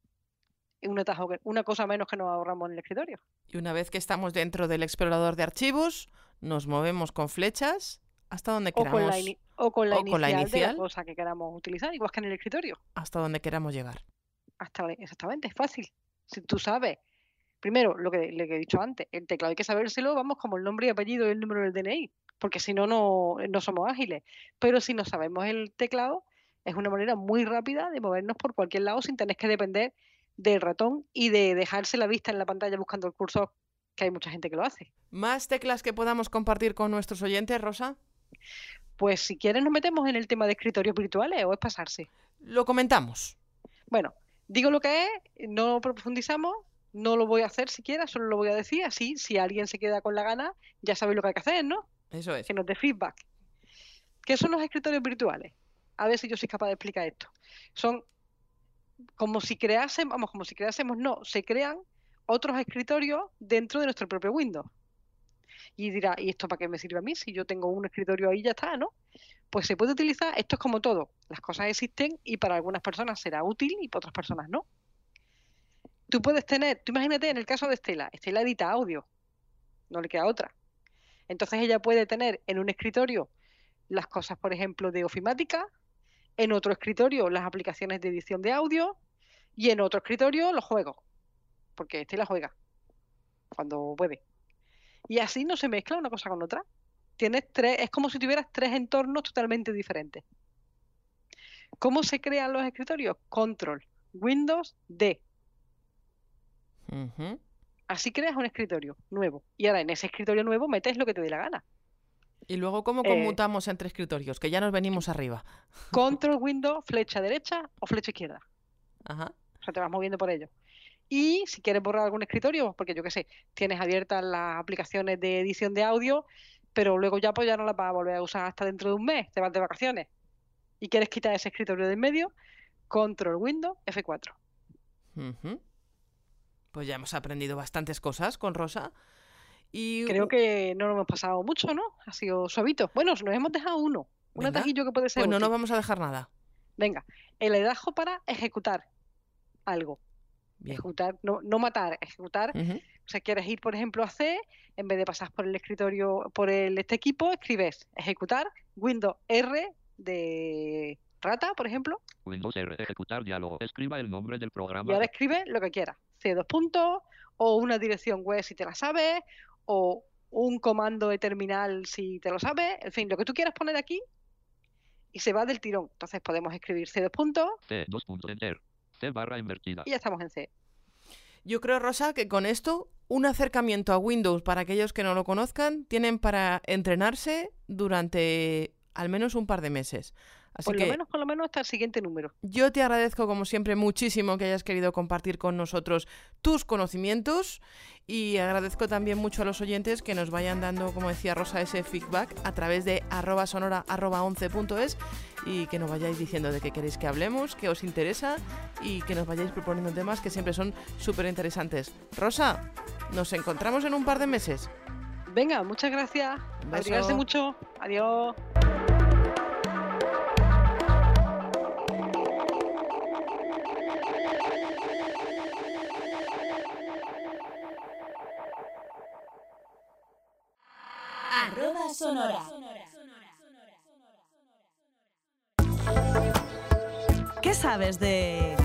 es un atajo que, una cosa menos que nos ahorramos en el escritorio. Y una vez que estamos dentro del explorador de archivos, nos movemos con flechas hasta donde O con queramos, la, ini- o con la o con la inicial de la inicial. cosa que queramos utilizar, igual que en el escritorio. hasta donde queramos llegar. Hasta, exactamente, es fácil. Si tú sabes, primero, lo que, lo que he dicho antes, el teclado hay que sabérselo, vamos, como el nombre y apellido y el número del D N I, porque si no, no no somos ágiles. Pero si no sabemos el teclado, es una manera muy rápida de movernos por cualquier lado sin tener que depender del ratón y de dejarse la vista en la pantalla buscando el cursor, que hay mucha gente que lo hace. ¿Más teclas que podamos compartir con nuestros oyentes, Rosa? Pues si quieres nos metemos en el tema de escritorios virtuales, o es pasarse. Lo comentamos. Bueno, digo lo que es, no profundizamos, no lo voy a hacer siquiera, solo lo voy a decir así, si alguien se queda con la gana, ya sabéis lo que hay que hacer, ¿no? Eso es. Que nos dé feedback. ¿Qué son los escritorios virtuales? A ver si yo soy capaz de explicar esto. Son como si creásemos, vamos, como si creásemos, no, se crean otros escritorios dentro de nuestro propio Windows. Y dirá, ¿y esto para qué me sirve a mí? Si yo tengo un escritorio ahí, ya está, ¿no? Pues se puede utilizar, esto es como todo, las cosas existen y para algunas personas será útil y para otras personas no. Tú puedes tener, tú imagínate en el caso de Estela, Estela edita audio, no le queda otra. Entonces ella puede tener en un escritorio las cosas, por ejemplo, de ofimática, en otro escritorio las aplicaciones de edición de audio y en otro escritorio los juegos, porque Estela juega cuando puede. Y así no se mezcla una cosa con otra. Tienes tres, es como si tuvieras tres entornos totalmente diferentes. ¿Cómo se crean los escritorios? Control, Windows, D. Ujú. Así creas un escritorio nuevo. Y ahora en ese escritorio nuevo metes lo que te dé la gana. Y luego, ¿cómo Eh, conmutamos entre escritorios? Que ya nos venimos arriba. Control, Windows, flecha derecha o flecha izquierda. Ajá. O sea, te vas moviendo por ello. Y si quieres borrar algún escritorio, porque yo qué sé, tienes abiertas las aplicaciones de edición de audio, pero luego ya pues ya no las vas a volver a usar hasta dentro de un mes, te vas de vacaciones. Y quieres quitar ese escritorio de en medio, Control, Windows, F cuatro. Ujú. Pues ya hemos aprendido bastantes cosas con Rosa. Y Creo que no nos hemos pasado mucho, ¿no? Ha sido suavito. Bueno, nos hemos dejado uno. Un ¿Verdad? atajillo que puede ser Pues no útil. nos vamos a dejar nada. Venga, el atajo para ejecutar algo. Bien. Ejecutar, no, no matar, ejecutar. Ujú. O sea, quieres ir, por ejemplo, a C, en vez de pasar por el escritorio, por el, este equipo, escribes ejecutar, Windows R de rata, por ejemplo, Windows R, ejecutar diálogo. Escriba el nombre del y programa. ahora escribe lo que quieras. C dos puntos, o una dirección web si te la sabes, o un comando de terminal si te lo sabes, en fin, lo que tú quieras poner aquí, y se va del tirón. Entonces podemos escribir C dos puntos. C, dos puntos, enter. C barra invertida. Y ya estamos en C. Yo creo, Rosa, que con esto, un acercamiento a Windows para aquellos que no lo conozcan, tienen para entrenarse durante al menos un par de meses. Así por que lo menos, por lo menos hasta el siguiente número. Yo te agradezco, como siempre, muchísimo que hayas querido compartir con nosotros tus conocimientos y agradezco también mucho a los oyentes que nos vayan dando, como decía Rosa, ese feedback a través de arroba sonora arroba once punto es y que nos vayáis diciendo de qué queréis que hablemos, qué os interesa y que nos vayáis proponiendo temas que siempre son súper interesantes. Rosa, nos encontramos en un par de meses. Venga, muchas gracias. Un Abrigarse beso. mucho. Adiós. Arroba sonora. ¿Qué sabes de...?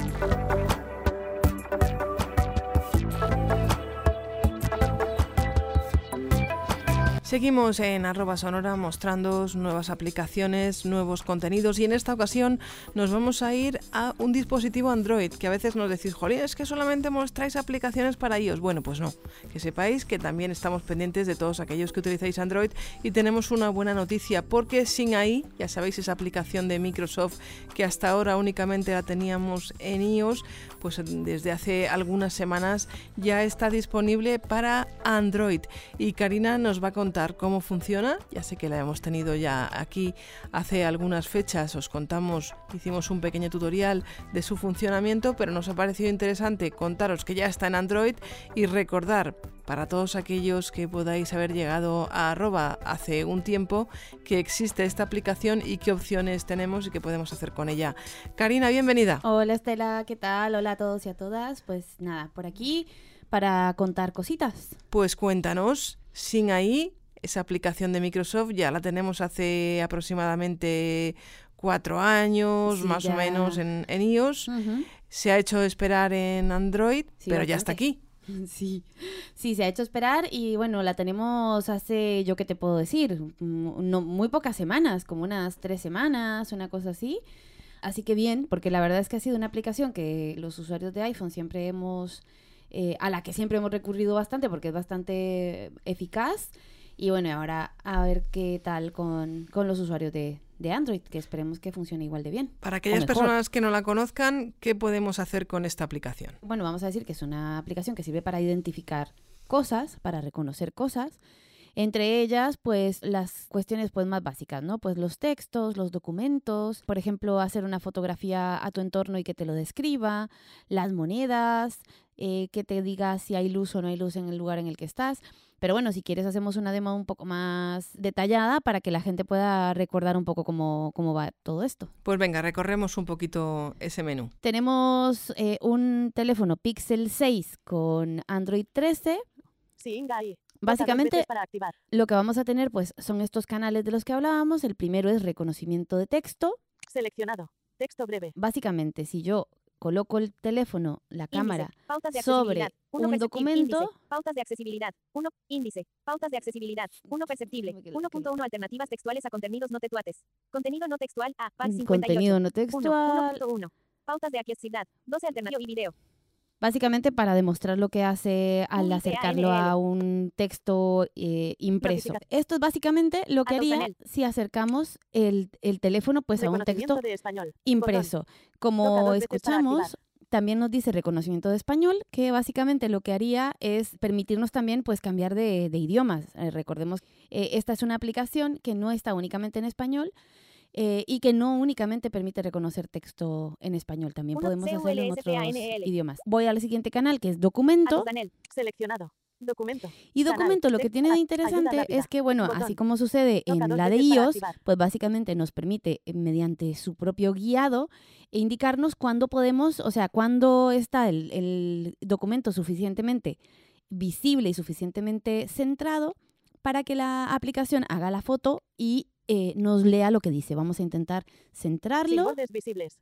Seguimos en arroba sonora mostrándoos nuevas aplicaciones, nuevos contenidos y en esta ocasión nos vamos a ir a un dispositivo Android que a veces nos decís, jolín, es que solamente mostráis aplicaciones para iOS. Bueno, pues no, que sepáis que también estamos pendientes de todos aquellos que utilizáis Android y tenemos una buena noticia porque Sing A I, ya sabéis, esa aplicación de Microsoft que hasta ahora únicamente la teníamos en iOS, pues desde hace algunas semanas ya está disponible para Android y Karina nos va a contar cómo funciona. Ya sé que la hemos tenido ya aquí hace algunas fechas, os contamos, hicimos un pequeño tutorial de su funcionamiento, pero nos ha parecido interesante contaros que ya está en Android y recordar para todos aquellos que podáis haber llegado a arroba hace un tiempo que existe esta aplicación y qué opciones tenemos y qué podemos hacer con ella. Karina, bienvenida. Hola Estela, ¿qué tal? Hola a todos y a todas. Pues nada, por aquí para contar cositas. Pues cuéntanos, Sing A I, esa aplicación de Microsoft, ya la tenemos hace aproximadamente cuatro años, Sí, más ya. o menos en, en iOS. Ujú. Se ha hecho esperar en Android, Sí, pero ya está bastante. aquí. Sí, sí, se ha hecho esperar y bueno, la tenemos hace, yo qué te puedo decir, Mm, no, muy pocas semanas, como unas tres semanas, una cosa así. Así que bien, porque la verdad es que ha sido una aplicación que los usuarios de iPhone siempre hemos, eh, a la que siempre hemos recurrido bastante porque es bastante eficaz. Y bueno, ahora a ver qué tal con, con los usuarios de, de Android, que esperemos que funcione igual de bien. Para aquellas mejor. personas que no la conozcan, ¿qué podemos hacer con esta aplicación? Bueno, vamos a decir que es una aplicación que sirve para identificar cosas, para reconocer cosas. Entre ellas, pues las cuestiones pues más básicas, ¿no? Pues los textos, los documentos, por ejemplo, hacer una fotografía a tu entorno y que te lo describa, las monedas, eh, que te diga si hay luz o no hay luz en el lugar en el que estás. Pero bueno, si quieres hacemos una demo un poco más detallada para que la gente pueda recordar un poco cómo, cómo va todo esto. Pues venga, recorremos un poquito ese menú. Tenemos eh, un teléfono Pixel seis con Android trece. Sing A I. Básicamente, Para activar. lo que vamos a tener pues son estos canales de los que hablábamos. El primero es reconocimiento de texto. Seleccionado. Texto breve. Básicamente, si yo coloco el teléfono, la cámara, Índice. Pautas de sobre accesibilidad. Uno un perceptible. documento, Índice. Pautas de accesibilidad. uno. Índice. Pautas de accesibilidad. uno perceptible. Déjame que lo- uno punto uno Alternativas textuales a contenidos no textuales. Contenido no textual a P A C mm, cincuenta y ocho. contenido no uno. textual. uno punto uno. Pautas de accesibilidad. doce Alternativa y video. Básicamente para demostrar lo que hace al Un acercarlo a un texto eh, impreso. Notifica- Esto es básicamente lo que Atos haría panel. si acercamos el, el teléfono pues a un Reconocimiento texto de español. impreso. Toca Como dos veces para escuchamos, activar. también nos dice reconocimiento de español, que básicamente lo que haría es permitirnos también pues cambiar de, de idiomas. Eh, recordemos, eh, esta es una aplicación que no está únicamente en español eh, y que no únicamente permite reconocer texto en español. También Uno, podemos hacerlo en otros CULSFANL. idiomas. Voy al siguiente canal, que es documento. Atos panel. Seleccionado. Documento. Y Canal, documento lo que text, tiene de ayuda interesante rápida, es que, bueno, botón, así como sucede toca en dos la de veces para iOS, activar. pues básicamente nos permite, eh, mediante su propio guiado, e indicarnos cuándo podemos, o sea, cuándo está el, el documento suficientemente visible y suficientemente centrado para que la aplicación haga la foto y eh, nos lea lo que dice. Vamos a intentar Sin centrarlo. bordes visibles.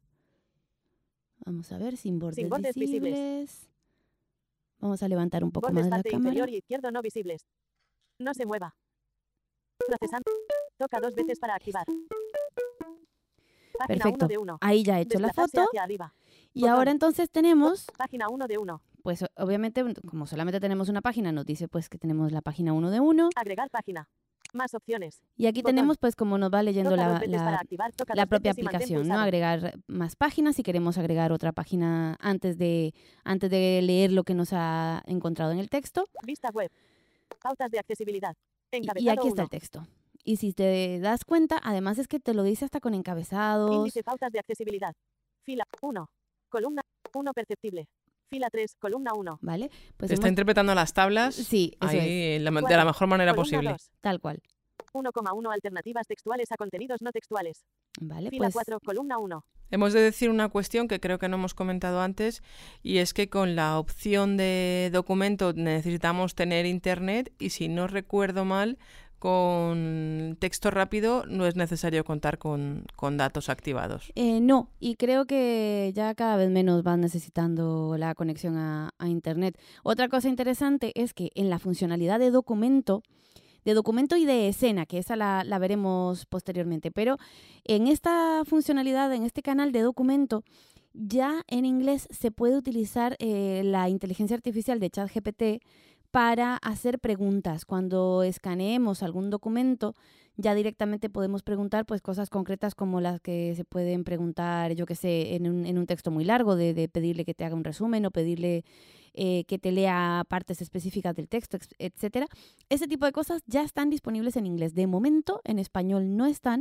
Vamos a ver, sin bordes, Sin bordes visibles. visibles. Vamos a levantar un poco Bordes más la parte cámara. inferior y izquierdo no visibles. No se mueva. Procesando. Toca dos veces para activar. Página Perfecto. uno de uno. Ahí ya he hecho la Desplazarse foto. hacia arriba. Y Botón. ahora entonces tenemos, Página uno de uno. pues obviamente, como solamente tenemos una página, nos dice pues que tenemos la página uno de uno. Agregar página. Más opciones. Y aquí Botón. tenemos pues como nos va leyendo Toca la, dos veces para la, activar, toca la dos propia veces y mantén aplicación, ¿no? pulsado. Agregar más páginas si queremos agregar otra página antes de, antes de leer lo que nos ha encontrado en el texto. Vista web. Pautas de accesibilidad. Y, Encabezado y aquí está uno. el texto. Y si te das cuenta, además es que te lo dice hasta con encabezados. Índice pautas de accesibilidad. Fila uno. Columna uno perceptible. Fila tres, columna uno. ¿Vale? Pues Te está hemos- interpretando las tablas Sí, eso ahí es, la- de Cuatro. la mejor manera Columna posible. dos. tal cual. uno coma uno alternativas textuales a contenidos no textuales. ¿Vale? Fila Pues cuatro, columna uno. Hemos de decir una cuestión que creo que no hemos comentado antes, y es que con la opción de documento necesitamos tener internet, y si no recuerdo mal, con texto rápido no es necesario contar con, con datos activados. Eh, no, y creo que ya cada vez menos van necesitando la conexión a, a Internet. Otra cosa interesante es que en la funcionalidad de documento, de documento y de escena, que esa la, la veremos posteriormente, pero en esta funcionalidad, en este canal de documento, ya en inglés se puede utilizar eh, la inteligencia artificial de ChatGPT para hacer preguntas. Cuando escaneemos algún documento, ya directamente podemos preguntar pues cosas concretas como las que se pueden preguntar, yo qué sé, en un, en un texto muy largo, de, de pedirle que te haga un resumen o pedirle eh, que te lea partes específicas del texto, ex- etcétera. Ese tipo de cosas ya están disponibles en inglés. De momento, en español no están,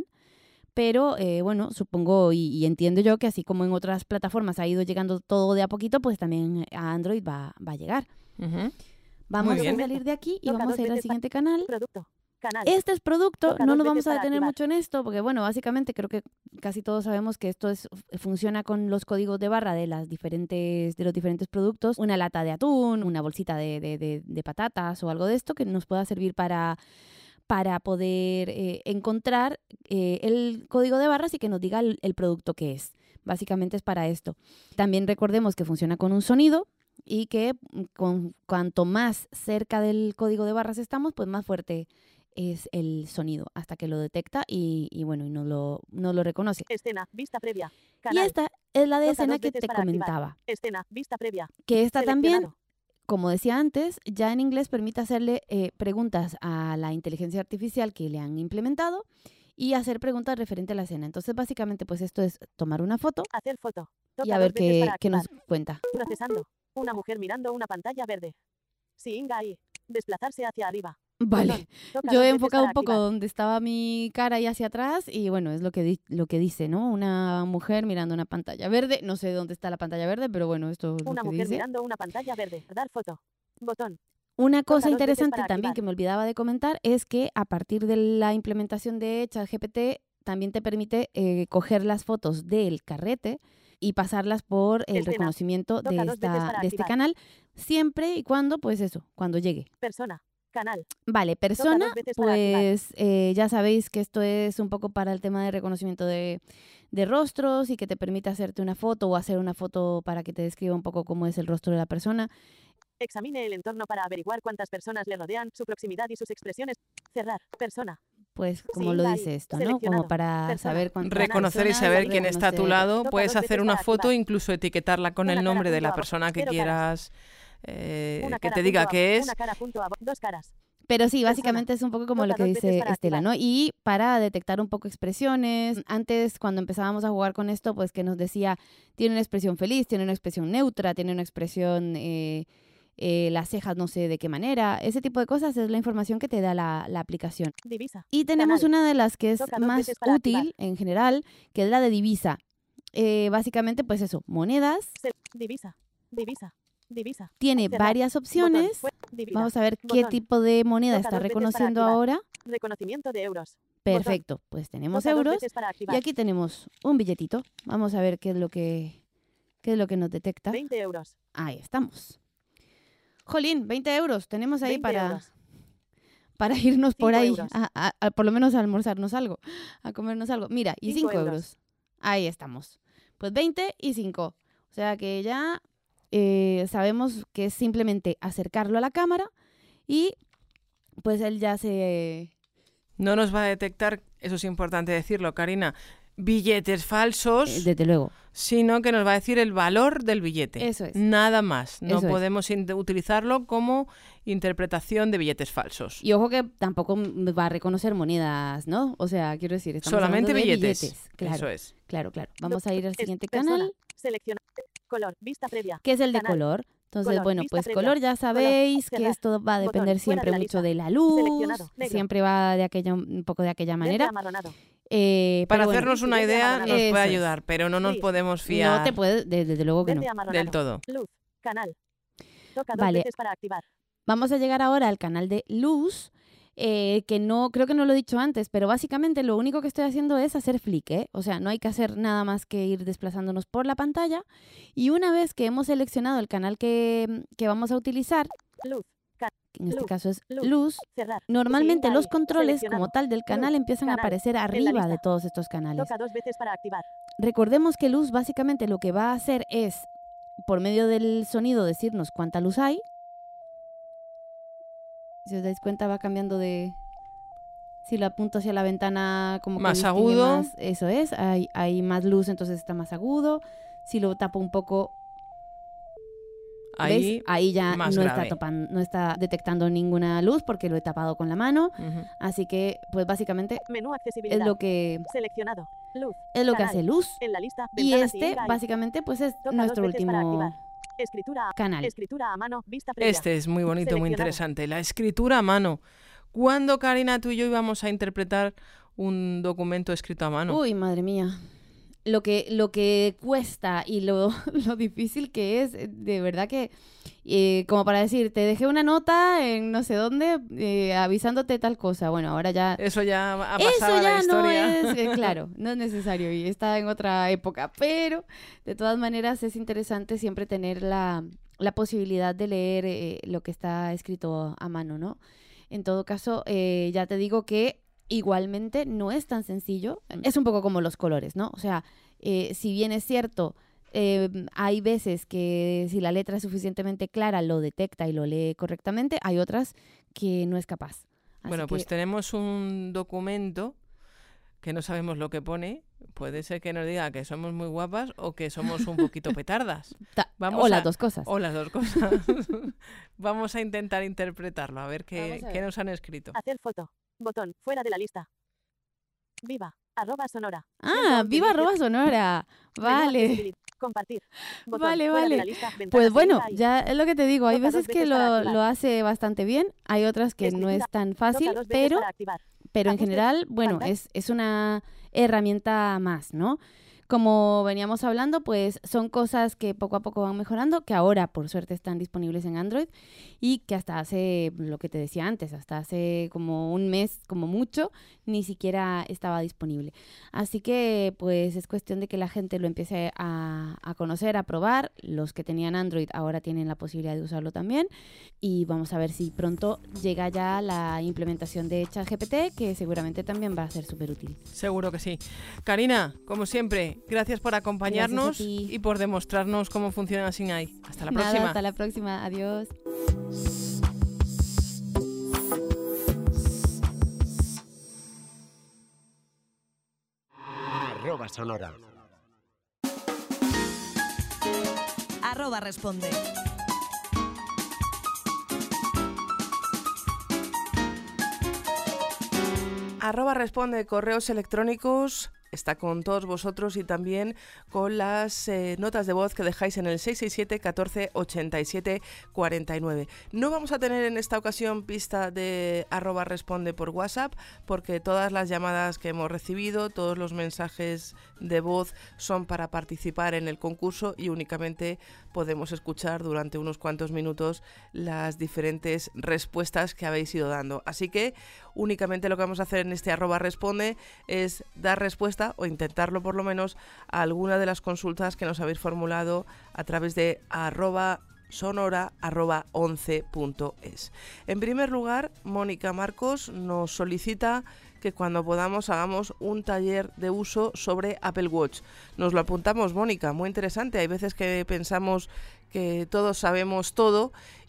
pero eh, bueno, supongo y, y entiendo yo que así como en otras plataformas ha ido llegando todo de a poquito, pues también a Android va, va a llegar. Ujú. Vamos Muy a bien. salir de aquí y Toca vamos dos a ir al veces siguiente canal. Producto. Canal. Este es producto, Toca no dos nos vamos veces a para detener activar. mucho en esto, porque bueno, básicamente creo que casi todos sabemos que esto es funciona con los códigos de barra de las diferentes de los diferentes productos, una lata de atún, una bolsita de, de, de, de patatas o algo de esto que nos pueda servir para para poder eh, encontrar eh, el código de barras y que nos diga el, el producto que es. Básicamente es para esto. También recordemos que funciona con un sonido y que con, cuanto más cerca del código de barras estamos, pues más fuerte es el sonido hasta que lo detecta y, y bueno, y no lo, no lo reconoce. Escena. Vista previa. Y Canal. esta es la de Toca escena dos que veces te para activar. comentaba. Escena. Vista previa. Que esta también, Seleccionado. como decía antes, ya en inglés permite hacerle eh, preguntas a la inteligencia artificial que le han implementado y hacer preguntas referente a la escena. Entonces, básicamente, pues esto es tomar una foto Hacer foto. Toca y a dos ver veces qué, para qué nos activar. cuenta. Procesando. Una mujer mirando una pantalla verde. Singa ahí. Desplazarse hacia arriba. Vale, Botón. Toca yo dos he veces enfocado para un poco activar. donde estaba mi cara y hacia atrás y bueno, es lo que, di- lo que dice, ¿no? Una mujer mirando una pantalla verde. No sé dónde está la pantalla verde, pero bueno, esto es lo Una que mujer dice. mirando una pantalla verde. Dar foto. Botón. Una cosa dos veces interesante para también activar. que me olvidaba de comentar es que a partir de la implementación de ChatGPT también te permite eh, coger las fotos del carrete y pasarlas por el Escena. reconocimiento de, Toca dos veces esta, para de este activar. canal, siempre y cuando, pues eso, cuando llegue. Persona. Canal. Vale, persona, veces para activar. pues eh, ya sabéis que esto es un poco para el tema de reconocimiento de, de rostros y que te permite hacerte una foto o hacer una foto para que te describa un poco cómo es el rostro de la persona. Examine el entorno para averiguar cuántas personas le rodean, su proximidad y sus expresiones. Cerrar. Persona. Pues como Sí, lo ahí, dice esto, ¿no? seleccionado. Como para Persona. saber cuántas Reconocer y personas, saber quién está a tu reconocer- lado, Toca puedes dos hacer veces una para foto, activar. incluso etiquetarla con Una el cara nombre de junto la a- persona que cero caras. quieras eh, Una que cara te diga junto a- qué es. Una cara junto a dos caras. Pero sí, Persona. básicamente es un poco como lo Toca que dos veces dice para Estela, activar. ¿no? Y para detectar un poco expresiones, antes cuando empezábamos a jugar con esto, pues que nos decía, tiene una expresión feliz, tiene una expresión neutra, tiene una expresión, eh, eh, las cejas no sé de qué manera, ese tipo de cosas es la información que te da la, la aplicación. Divisa. Y tenemos Canal. una de las que es Toca dos más veces para útil activar. en general, que es la de divisa. Eh, básicamente, pues eso, monedas, Se- divisa. Divisa. Divisa. tiene Cerrar. varias Botón. opciones. Fue- divisa. Vamos a ver qué Botón. tipo de moneda Toca está dos veces para reconociendo activar. ahora. Reconocimiento de euros. Perfecto, pues tenemos Toca dos euros veces para y activar. aquí tenemos un billetito. Vamos a ver qué es lo que qué es lo que nos detecta. veinte euros. Ahí estamos. Jolín, veinte euros tenemos ahí veinte para, euros. para irnos por Cinco ahí, euros. a, a- a por lo menos a almorzarnos algo, a comernos algo. Mira, y Cinco cinco euros. euros. Ahí estamos. Pues veinte y cinco. O sea que ya eh, sabemos que es simplemente acercarlo a la cámara y pues él ya se... No nos va a detectar, eso es importante decirlo, Karina, billetes falsos, Eh, Desde luego. sino que nos va a decir el valor del billete. Eso es. Nada más. No Eso es. podemos in- utilizarlo como interpretación de billetes falsos. Y ojo que tampoco va a reconocer monedas, ¿no? O sea, quiero decir, estamos Solamente hablando de billetes. Claro, Eso es. claro, claro. Vamos a ir al Es- siguiente persona. canal, Selecciona. Color. Vista previa. que es el de Canal. color. Entonces, Color, bueno, vista pues previa. color ya sabéis que cerrar. esto va a Botón, depender fuera siempre de la mucho lista. de la luz, Seleccionado, negro. siempre va de aquella un poco de aquella Verde manera. amarronado. Eh, Para pero bueno, hacernos una verde idea amarronado. nos Eso puede es. ayudar, pero no nos Gris. podemos fiar no te puede, de- desde luego que no. Verde amarronado. del todo. Luz. Canal. Toca dos Vale. veces para activar. Vamos a llegar ahora al canal de luz, eh, que no, creo que no lo he dicho antes, pero básicamente lo único que estoy haciendo es hacer flick, ¿eh? O sea, no hay que hacer nada más que ir desplazándonos por la pantalla. Y una vez que hemos seleccionado el canal que, que vamos a utilizar, Luz. en este Luz, caso es luz. luz, Cerrar. normalmente Siguiente los ahí. controles Seleccionado. como tal del canal Luz. empiezan a Canal. aparecer En la arriba lista. de todos estos canales. Toca dos veces para activar. Recordemos que luz básicamente lo que va a hacer es, por medio del sonido, decirnos cuánta luz hay. Si os dais cuenta va cambiando de... Si lo apunto hacia la ventana como que Más distingue agudo. más, eso es, hay, hay más luz, entonces está más agudo. Si lo tapo un poco, Ahí, ¿veis? Ahí ya más no grave. está, topan- no está detectando ninguna luz porque lo he tapado con la mano. Ujú. Así que, pues básicamente Menú accesibilidad. es lo que, Seleccionado. Luz. es lo que Canal. hace luz. En la lista. Y ventana este, siguiente ahí. básicamente, pues es Toca nuestro dos veces para último activar. Escritura a, canal. escritura a mano. Vista previa. Este es muy bonito, muy Seleccionado. interesante. La escritura a mano. ¿Cuándo, Karina, tú y yo íbamos a interpretar un documento escrito a mano? Uy, madre mía. Lo que, lo que cuesta y lo, lo difícil que es, eh, de verdad que, eh, como para decir, te dejé una nota en no sé dónde eh, avisándote tal cosa. Bueno, ahora ya... Eso ya ha Eso pasado a ya la historia. no es, eh, claro, no es necesario y está en otra época, pero de todas maneras es interesante siempre tener la, la posibilidad de leer eh, lo que está escrito a mano, ¿no? En todo caso, eh, ya te digo que igualmente no es tan sencillo. Es un poco como los colores, ¿no? O sea, eh, si bien es cierto, eh, hay veces que si la letra es suficientemente clara lo detecta y lo lee correctamente, hay otras que no es capaz. Así Bueno, pues que- tenemos un documento que no sabemos lo que pone. Puede ser que nos diga que somos muy guapas o que somos un poquito petardas. ta- vamos o a- las dos cosas. O las dos cosas. Vamos a intentar interpretarlo, a ver qué, Vamos a qué ver. nos han escrito. Hacer foto. Botón. Fuera de la lista. Viva. Arroba sonora. Ah, viva arroba sonora. Menú Vale. accesibilidad. Compartir. Botón. Vale, Fuera de vale. la lista, ventana Pues bueno, siguiente ahí. ya es lo que te digo, hay Toca dos veces que veces para lo, activar. lo hace bastante bien, hay otras que no es Escritura. tan Toca fácil, dos veces pero, para activar. pero en Ajustes. general, bueno, Pantalla. es, es una herramienta más, ¿no? Como veníamos hablando, pues son cosas que poco a poco van mejorando, que ahora por suerte están disponibles en Android y que hasta hace, lo que te decía antes, hasta hace como un mes, como mucho, ni siquiera estaba disponible. Así que pues es cuestión de que la gente lo empiece a, a conocer, a probar. Los que tenían Android ahora tienen la posibilidad de usarlo también y vamos a ver si pronto llega ya la implementación de ChatGPT, que seguramente también va a ser súper útil. Seguro que sí. Karina, como siempre, gracias por acompañarnos Gracias a ti. y por demostrarnos cómo funciona Sinai. Hasta la Nada, próxima. hasta la próxima. Adiós. Arroba sonora. Arroba responde. Arroba responde, correos electrónicos, está con todos vosotros y también con las eh, notas de voz que dejáis en el seis seis siete, catorce, ochenta y siete, cuarenta y nueve. No vamos a tener en esta ocasión pista de arroba responde por WhatsApp porque todas las llamadas que hemos recibido, todos los mensajes de voz son para participar en el concurso y únicamente podemos escuchar durante unos cuantos minutos las diferentes respuestas que habéis ido dando. Así que únicamente lo que vamos a hacer en este arroba responde es dar respuesta o intentarlo por lo menos a alguna de las consultas que nos habéis formulado a través de arroba sonora arroba once punto es. En primer lugar, Mónica Marcos nos solicita que cuando podamos hagamos un taller de uso sobre Apple Watch. Nos lo apuntamos, Mónica, muy interesante. Hay veces que pensamos que todos sabemos todo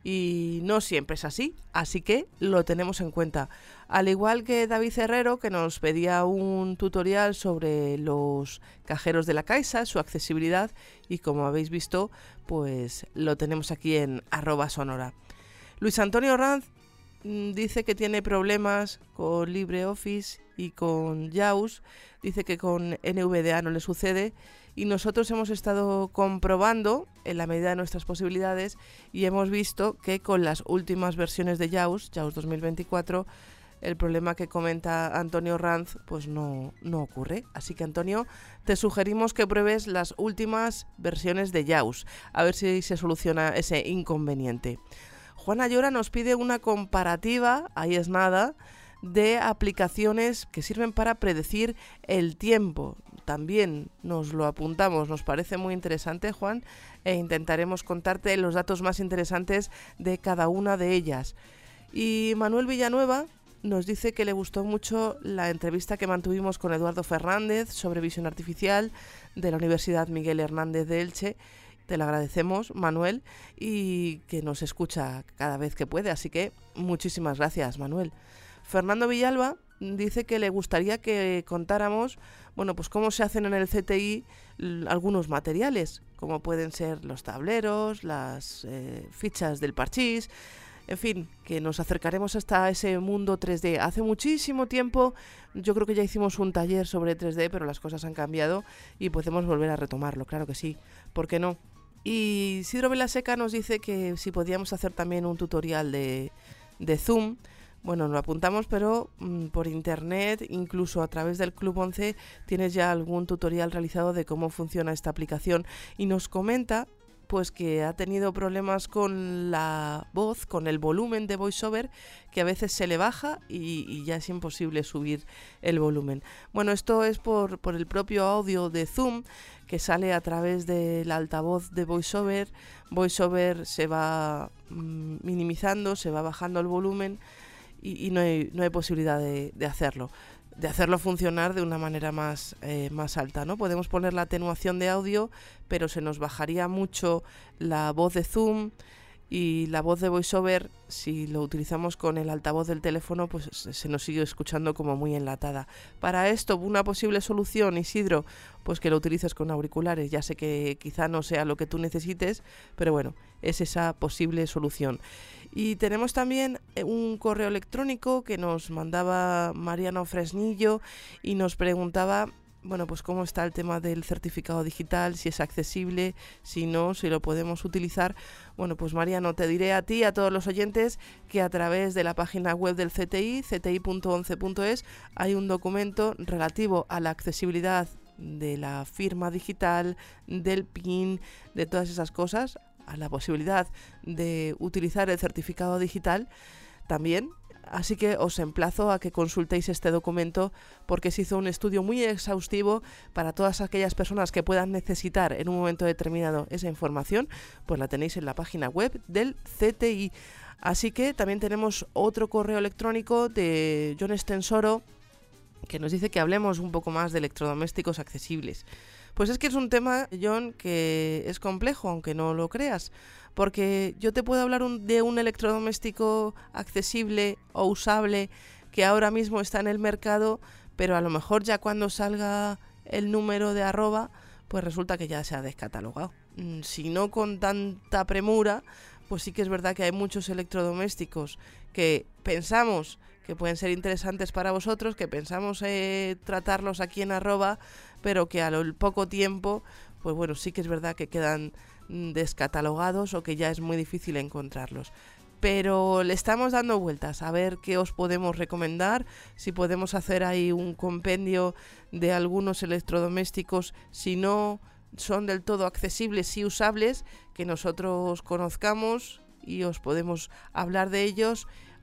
y no siempre es así, así que lo tenemos en cuenta. Al igual que David Herrero, que nos pedía un tutorial sobre los cajeros de la Caixa, su accesibilidad, y como habéis visto, pues lo tenemos aquí en arroba sonora. Luis Antonio Ranz mmm, dice que tiene problemas con LibreOffice y con JAWS, dice que con N V D A no le sucede, y nosotros hemos estado comprobando en la medida de nuestras posibilidades y hemos visto que con las últimas versiones de JAWS, JAWS dos mil veinticuatro, el problema que comenta Antonio Ranz pues no, no ocurre. Así que, Antonio, te sugerimos que pruebes las últimas versiones de JAWS, a ver si se soluciona ese inconveniente. Juana Llora nos pide una comparativa, ahí es nada, de aplicaciones que sirven para predecir el tiempo. También nos lo apuntamos, nos parece muy interesante, Juan, e intentaremos contarte los datos más interesantes de cada una de ellas. Y Manuel Villanueva nos dice que le gustó mucho la entrevista que mantuvimos con Eduardo Fernández sobre visión artificial de la Universidad Miguel Hernández de Elche. Te lo agradecemos, Manuel, y que nos escucha cada vez que puede, así que muchísimas gracias, Manuel. Fernando Villalba dice que le gustaría que contáramos, bueno, pues cómo se hacen en el C T I algunos materiales, como pueden ser los tableros, las eh, fichas del parchís, en fin, que nos acercaremos hasta ese mundo tres D. Hace muchísimo tiempo, yo creo que ya hicimos un taller sobre tres D, pero las cosas han cambiado y podemos volver a retomarlo, claro que sí, ¿por qué no? Y Isidro Velaseca nos dice que si podíamos hacer también un tutorial de, de Zoom. Bueno, lo apuntamos, pero mmm, por internet, incluso a través del Club once, tienes ya algún tutorial realizado de cómo funciona esta aplicación. Y nos comenta pues que ha tenido problemas con la voz, con el volumen de VoiceOver, que a veces se le baja y, y ya es imposible subir el volumen. Bueno, esto es por, por el propio audio de Zoom, que sale a través del altavoz de VoiceOver. VoiceOver se va mmm, minimizando, se va bajando el volumen, y, y no hay, no hay posibilidad de, de hacerlo. de hacerlo funcionar de una manera más, eh, más alta, ¿no? Podemos poner la atenuación de audio, pero se nos bajaría mucho la voz de Zoom, y la voz de VoiceOver, si lo utilizamos con el altavoz del teléfono, pues se nos sigue escuchando como muy enlatada. Para esto, una posible solución, Isidro, pues que lo utilices con auriculares. Ya sé que quizá no sea lo que tú necesites, pero bueno, es esa posible solución. Y tenemos también un correo electrónico que nos mandaba Mariano Fresnillo y nos preguntaba, bueno, pues cómo está el tema del certificado digital, si es accesible, si no, si lo podemos utilizar. Bueno, pues Mariano, te diré a ti y a todos los oyentes que a través de la página web del C T I, c t i punto once punto es, hay un documento relativo a la accesibilidad de la firma digital, del P I N, de todas esas cosas, a la posibilidad de utilizar el certificado digital también. Así que os emplazo a que consultéis este documento, porque se hizo un estudio muy exhaustivo para todas aquellas personas que puedan necesitar en un momento determinado esa información, pues la tenéis en la página web del C T I. Así que también tenemos otro correo electrónico de John Estensoro, que nos dice que hablemos un poco más de electrodomésticos accesibles. Pues es que es un tema, John, que es complejo, aunque no lo creas, porque yo te puedo hablar un, de un electrodoméstico accesible o usable que ahora mismo está en el mercado, pero a lo mejor ya cuando salga el número de arroba, pues resulta que ya se ha descatalogado. Si no con tanta premura, pues sí que es verdad que hay muchos electrodomésticos que pensamos que pueden ser interesantes para vosotros, que pensamos eh, tratarlos aquí en arroba, pero que a lo poco tiempo, pues bueno, sí que es verdad que quedan descatalogados o que ya es muy difícil encontrarlos. Pero le estamos dando vueltas a ver qué os podemos recomendar, si podemos hacer ahí un compendio de algunos electrodomésticos, si no son del todo accesibles y usables, que nosotros conozcamos y os podemos hablar de ellos,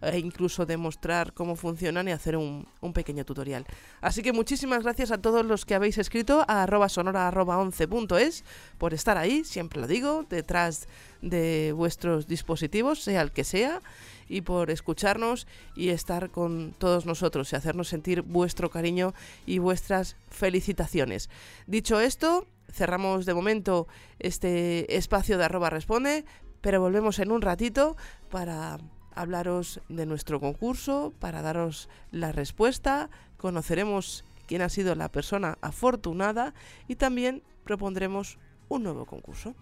e incluso demostrar cómo funcionan y hacer un, un pequeño tutorial. Así que muchísimas gracias a todos los que habéis escrito a arroba sonora arroba once punto es por estar ahí, siempre lo digo, detrás de vuestros dispositivos, sea el que sea, y por escucharnos y estar con todos nosotros y hacernos sentir vuestro cariño y vuestras felicitaciones. Dicho esto, cerramos de momento este espacio de arroba responde, pero volvemos en un ratito para hablaros de nuestro concurso, para daros la respuesta, conoceremos quién ha sido la persona afortunada y también propondremos un nuevo concurso.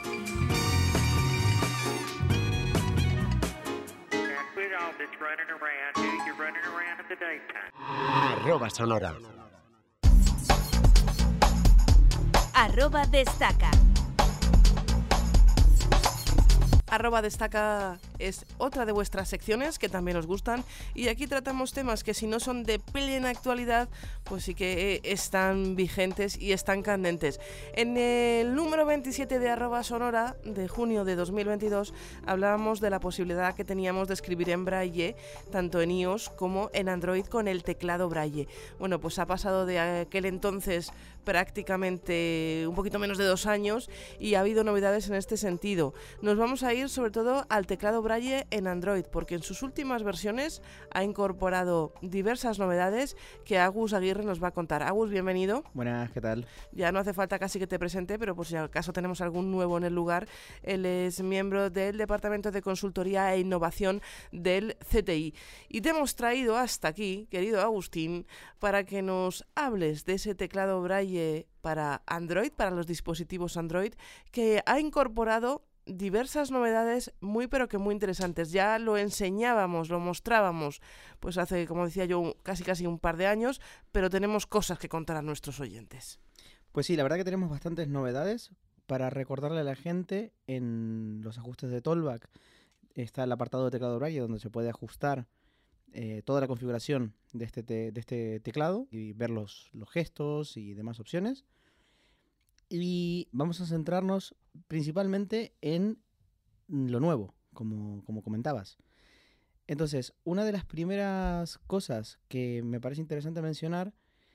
Arroba sonora. Arroba destaca. Arroba destaca es otra de vuestras secciones que también os gustan y aquí tratamos temas que si no son de plena actualidad pues sí que están vigentes y están candentes. En el número veintisiete de arroba sonora de junio de dos mil veintidós hablábamos de la posibilidad que teníamos de escribir en braille tanto en iOS como en Android con el teclado braille. Bueno, pues ha pasado de aquel entonces prácticamente un poquito menos de dos años y ha habido novedades en este sentido. Nos vamos a ir sobre todo al teclado braille en Android, porque en sus últimas versiones ha incorporado diversas novedades que Agus Aguirre nos va a contar. Agus, bienvenido. Buenas, ¿qué tal? Ya no hace falta casi que te presente, pero por si acaso tenemos algún nuevo en el lugar, él es miembro del Departamento de Consultoría e Innovación del C T I. Y te hemos traído hasta aquí, querido Agustín, para que nos hables de ese teclado braille para Android, para los dispositivos Android, que ha incorporado diversas novedades muy pero que muy interesantes. Ya lo enseñábamos, lo mostrábamos, pues hace, como decía yo, casi casi un par de años, pero tenemos cosas que contar a nuestros oyentes. Pues sí, la verdad que tenemos bastantes novedades. Para recordarle a la gente, en los ajustes de Tollback está el apartado de teclado braille donde se puede ajustar eh, toda la configuración de este, te, de este teclado y ver los, los gestos y demás opciones. Y vamos a centrarnos principalmente en lo nuevo, como, como comentabas. Entonces, una de las primeras cosas que me parece interesante mencionar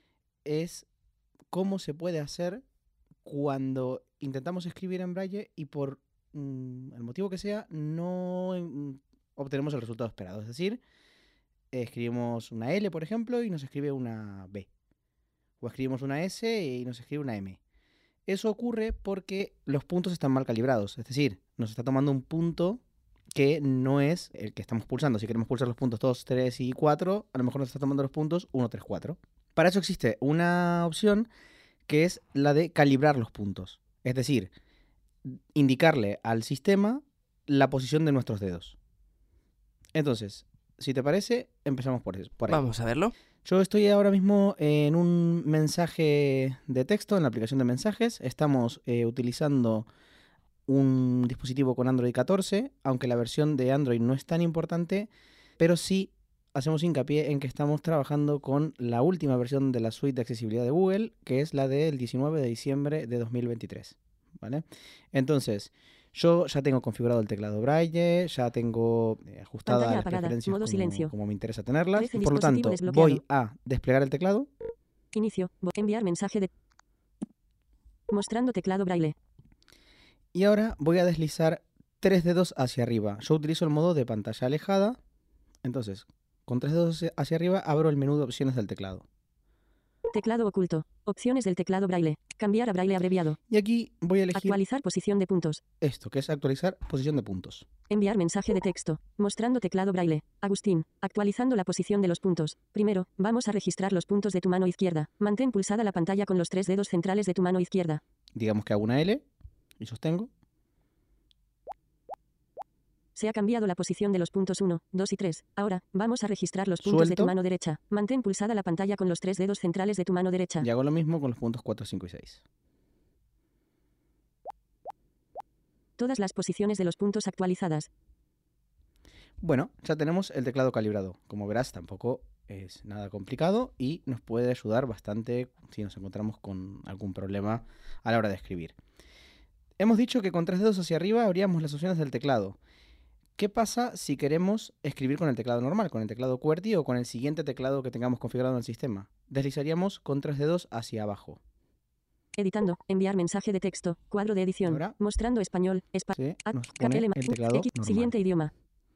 es cómo se puede hacer cuando intentamos escribir en braille y por mm, el motivo que sea no mm, obtenemos el resultado esperado. Es decir, eh, escribimos una L, por ejemplo, y nos escribe una B. O escribimos una S y nos escribe una M. Eso ocurre porque los puntos están mal calibrados, es decir, nos está tomando un punto que no es el que estamos pulsando. Si queremos pulsar los puntos dos, tres y cuatro, a lo mejor nos está tomando los puntos uno, tres, cuatro. Para eso existe una opción que es la de calibrar los puntos, es decir, indicarle al sistema la posición de nuestros dedos. Entonces, si te parece, empezamos por eso. Por ahí. Vamos a verlo. Yo estoy ahora mismo en un mensaje de texto, en la aplicación de mensajes. Estamos eh, utilizando un dispositivo con Android catorce, aunque la versión de Android no es tan importante, pero sí hacemos hincapié en que estamos trabajando con la última versión de la suite de accesibilidad de Google, que es la del diecinueve de diciembre de dos mil veintitrés. ¿Vale? Entonces, yo ya tengo configurado el teclado braille, ya tengo eh, ajustadas las preferencias modo como, silencio. como me interesa tenerlas. trece Por lo tanto, desbloqueado. voy a desplegar el teclado. Inicio. Bo- Enviar mensaje de... Mostrando teclado braille. Y ahora voy a deslizar tres dedos hacia arriba. Yo utilizo el modo de pantalla alejada. Entonces, con tres dedos hacia arriba abro el menú de opciones del teclado. Teclado oculto. Opciones del teclado braille. Cambiar a braille abreviado. Y aquí voy a elegir Actualizar posición de puntos. esto, que es actualizar posición de puntos. Enviar mensaje de texto. Mostrando teclado braille. Agustín. Actualizando la posición de los puntos. Primero, vamos a registrar los puntos de tu mano izquierda. Mantén pulsada la pantalla con los tres dedos centrales de tu mano izquierda. Digamos que hago una L y sostengo. Se ha cambiado la posición de los puntos uno, dos y tres. Ahora, vamos a registrar los puntos de tu Suelto. mano derecha. Mantén pulsada la pantalla con los tres dedos centrales de tu mano derecha. Y hago lo mismo con los puntos cuatro, cinco y seis. Todas las posiciones de los puntos actualizadas. Bueno, ya tenemos el teclado calibrado. Como verás, tampoco es nada complicado y nos puede ayudar bastante si nos encontramos con algún problema a la hora de escribir. Hemos dicho que con tres dedos hacia arriba abríamos las opciones del teclado. ¿Qué pasa si queremos escribir con el teclado normal, con el teclado QWERTY o con el siguiente teclado que tengamos configurado en el sistema? Deslizaríamos con tres dedos hacia abajo. Editando. Enviar mensaje de texto. Cuadro de edición. Ahora, Mostrando español. Espa sí, A- nos K- pone L- el teclado X. normal. Siguiente idioma.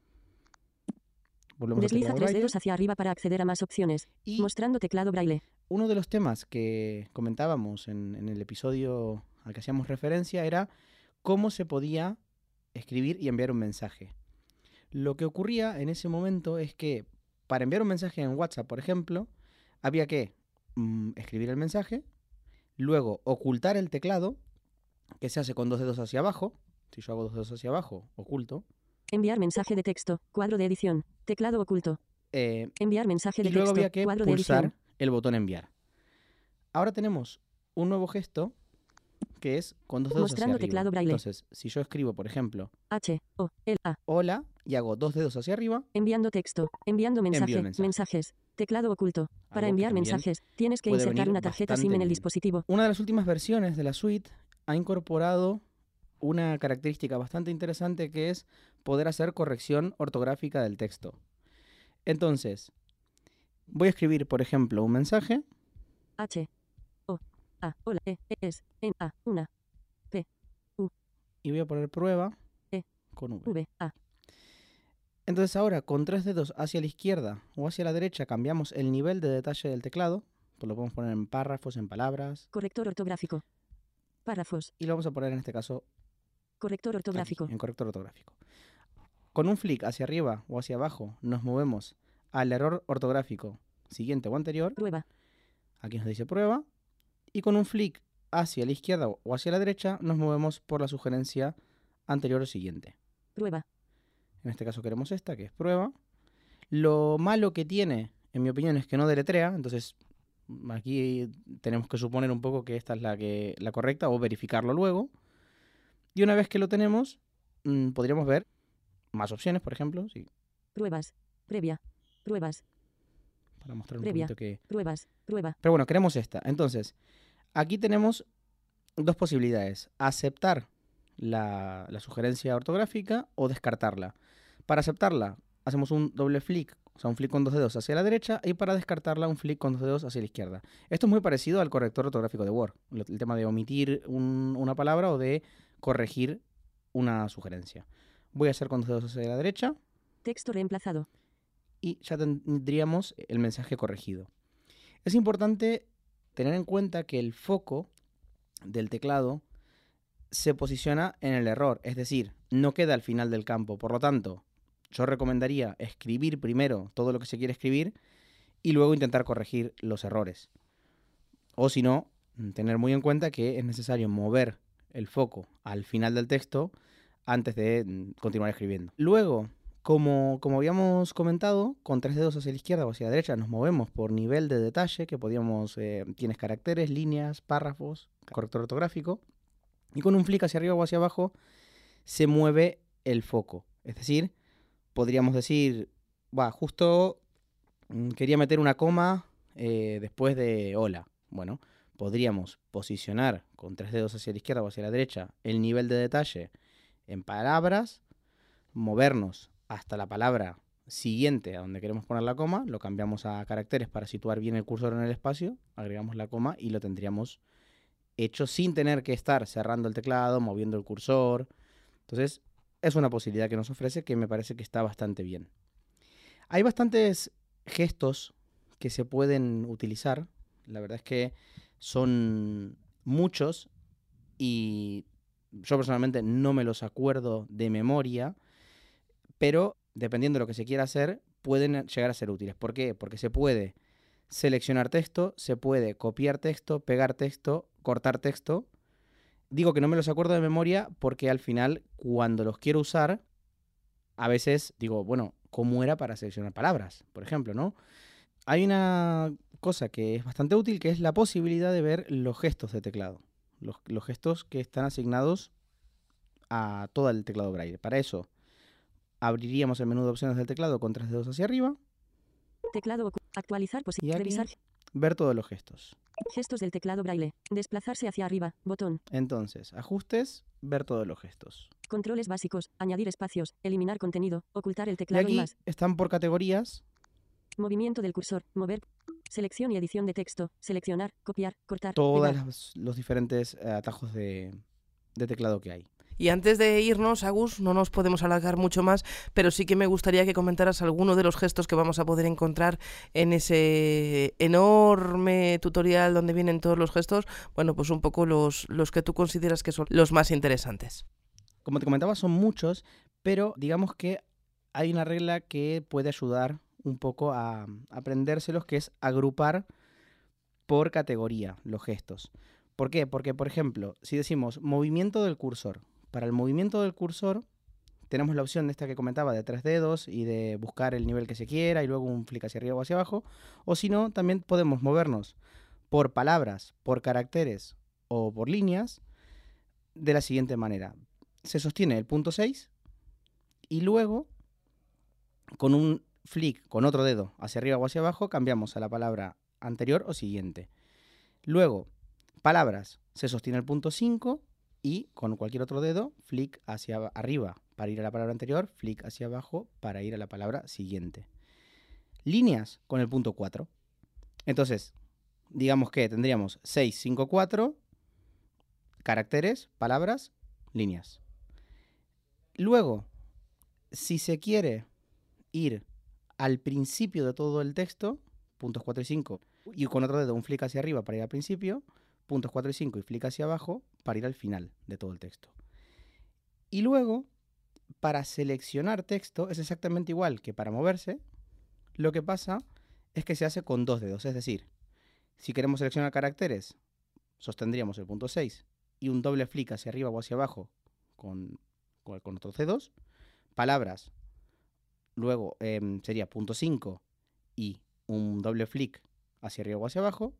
Volvemos al Desliza teclado tres braille. dedos hacia arriba para acceder a más opciones. Y Mostrando teclado braille. uno de los temas que comentábamos en, en el episodio al que hacíamos referencia era cómo se podía escribir y enviar un mensaje. Lo que ocurría en ese momento es que para enviar un mensaje en WhatsApp, por ejemplo, había que mm, escribir el mensaje, luego ocultar el teclado, que se hace con dos dedos hacia abajo. Si yo hago dos dedos hacia abajo, oculto. Enviar mensaje de texto. Cuadro de edición. Teclado oculto. Eh, Enviar mensaje de y luego texto. había que Cuadro de pulsar edición. el botón enviar. Ahora tenemos un nuevo gesto que es con dos dedos Mostrando hacia arriba. teclado braille. Entonces, si yo escribo, por ejemplo, H. O. L. A. hola y hago dos dedos hacia arriba, Enviando texto. Enviando mensaje. el mensaje. Mensajes. Teclado oculto. Para Algo que enviar también mensajes, tienes que puede insertar venir una tarjeta bastante SIM en el bien. dispositivo. una de las últimas versiones de la suite ha incorporado una característica bastante interesante que es poder hacer corrección ortográfica del texto. Entonces, voy a escribir, por ejemplo, un mensaje. H. O. A. Hola. E. E. S. N. A. Una. P. Y voy a poner prueba E. con V. V. A. Entonces ahora con tres dedos hacia la izquierda o hacia la derecha cambiamos el nivel de detalle del teclado. Pues lo podemos poner en párrafos, en palabras. Corrector ortográfico. Párrafos. Y lo vamos a poner en este caso Corrector aquí, ortográfico. en corrector ortográfico. Con un flick hacia arriba o hacia abajo nos movemos al error ortográfico siguiente o anterior. Prueba. Aquí nos dice prueba. Y con un flick hacia la izquierda o hacia la derecha nos movemos por la sugerencia anterior o siguiente. Prueba. En este caso queremos esta, que es prueba. Lo malo que tiene, en mi opinión, es que no deletrea. Entonces, aquí tenemos que suponer un poco que esta es la, que, la correcta o verificarlo luego. Y una vez que lo tenemos, mmm, podríamos ver más opciones, por ejemplo. Sí, Pruebas. Previa. Pruebas. para mostrar un Previa. poquito que... Pruebas. Prueba. Pero bueno, queremos esta. Entonces, aquí tenemos dos posibilidades. Aceptar la, la sugerencia ortográfica o descartarla. Para aceptarla, hacemos un doble flick, o sea, un flick con dos dedos hacia la derecha, y para descartarla, un flick con dos dedos hacia la izquierda. Esto es muy parecido al corrector ortográfico de Word, lo- el tema de omitir un- una palabra o de corregir una sugerencia. Voy a hacer con dos dedos hacia la derecha Texto reemplazado. y ya tendríamos el mensaje corregido. Es importante tener en cuenta que el foco del teclado se posiciona en el error, es decir, no queda al final del campo. Por lo tanto, yo recomendaría escribir primero todo lo que se quiere escribir y luego intentar corregir los errores. O si no, tener muy en cuenta que es necesario mover el foco al final del texto antes de mm, continuar escribiendo. Luego, como, como habíamos comentado, con tres dedos hacia la izquierda o hacia la derecha nos movemos por nivel de detalle, que podíamos, eh, tienes caracteres, líneas, párrafos, corrector ortográfico, y con un flick hacia arriba o hacia abajo se mueve el foco. Es decir, podríamos decir, va, justo mm, quería meter una coma eh, después de hola. Bueno, podríamos posicionar con tres dedos hacia la izquierda o hacia la derecha el nivel de detalle en palabras, movernos hasta la palabra siguiente a donde queremos poner la coma, lo cambiamos a caracteres para situar bien el cursor en el espacio, agregamos la coma y lo tendríamos hecho sin tener que estar cerrando el teclado, moviendo el cursor. Entonces, es una posibilidad que nos ofrece que me parece que está bastante bien. Hay bastantes gestos que se pueden utilizar. La verdad es que son muchos y yo personalmente no me los acuerdo de memoria, pero dependiendo de lo que se quiera hacer, pueden llegar a ser útiles. ¿Por qué? Porque se puede seleccionar texto, se puede copiar texto, pegar texto, cortar texto. Digo que no me los acuerdo de memoria porque al final, cuando los quiero usar, a veces digo, bueno, ¿cómo era para seleccionar palabras? Por ejemplo, ¿no? Hay una cosa que es bastante útil, que es la posibilidad de ver los gestos de teclado. Los, los gestos que están asignados a todo el teclado Braille. Para eso, abriríamos el menú de opciones del teclado con tres dedos hacia arriba. Teclado ocu- actualizar Y posición. aquí, Revisar ver todos los gestos. gestos del teclado braille. Desplazarse hacia arriba. Botón. Entonces, ajustes, ver todos los gestos. Controles básicos. Añadir espacios. Eliminar contenido. Ocultar el Y teclado y aquí más. están por categorías. Movimiento del cursor. Mover. Selección y edición de texto. Seleccionar. Copiar. Cortar. Todos pegar. los, los diferentes eh, atajos de, de teclado que hay. Y antes de irnos, Agus, no nos podemos alargar mucho más, pero sí que me gustaría que comentaras alguno de los gestos que vamos a poder encontrar en ese enorme tutorial donde vienen todos los gestos. Bueno, pues un poco los, los que tú consideras que son los más interesantes. Como te comentaba, son muchos, pero digamos que hay una regla que puede ayudar un poco a aprendérselos, que es agrupar por categoría los gestos. ¿Por qué? Porque, por ejemplo, si decimos movimiento del cursor, para el movimiento del cursor tenemos la opción de esta que comentaba de tres dedos y de buscar el nivel que se quiera y luego un flick hacia arriba o hacia abajo. O si no, también podemos movernos por palabras, por caracteres o por líneas de la siguiente manera. Se sostiene el punto seis y luego con un flick con otro dedo hacia arriba o hacia abajo cambiamos a la palabra anterior o siguiente. Luego, palabras, se sostiene el punto cinco y con cualquier otro dedo, flick hacia arriba para ir a la palabra anterior, flick hacia abajo para ir a la palabra siguiente. Líneas con el punto cuatro. Entonces, digamos que tendríamos seis, cinco, cuatro, caracteres, palabras, líneas. Luego, si se quiere ir al principio de todo el texto, puntos cuatro y cinco, y con otro dedo un flick hacia arriba para ir al principio, puntos cuatro y cinco y flick hacia abajo para ir al final de todo el texto. Y luego, para seleccionar texto es exactamente igual que para moverse. Lo que pasa es que se hace con dos dedos, es decir, si queremos seleccionar caracteres, sostendríamos el punto seis y un doble flick hacia arriba o hacia abajo con, con, con otros dedos. Palabras, luego eh, sería punto cinco y un doble flick hacia arriba o hacia abajo.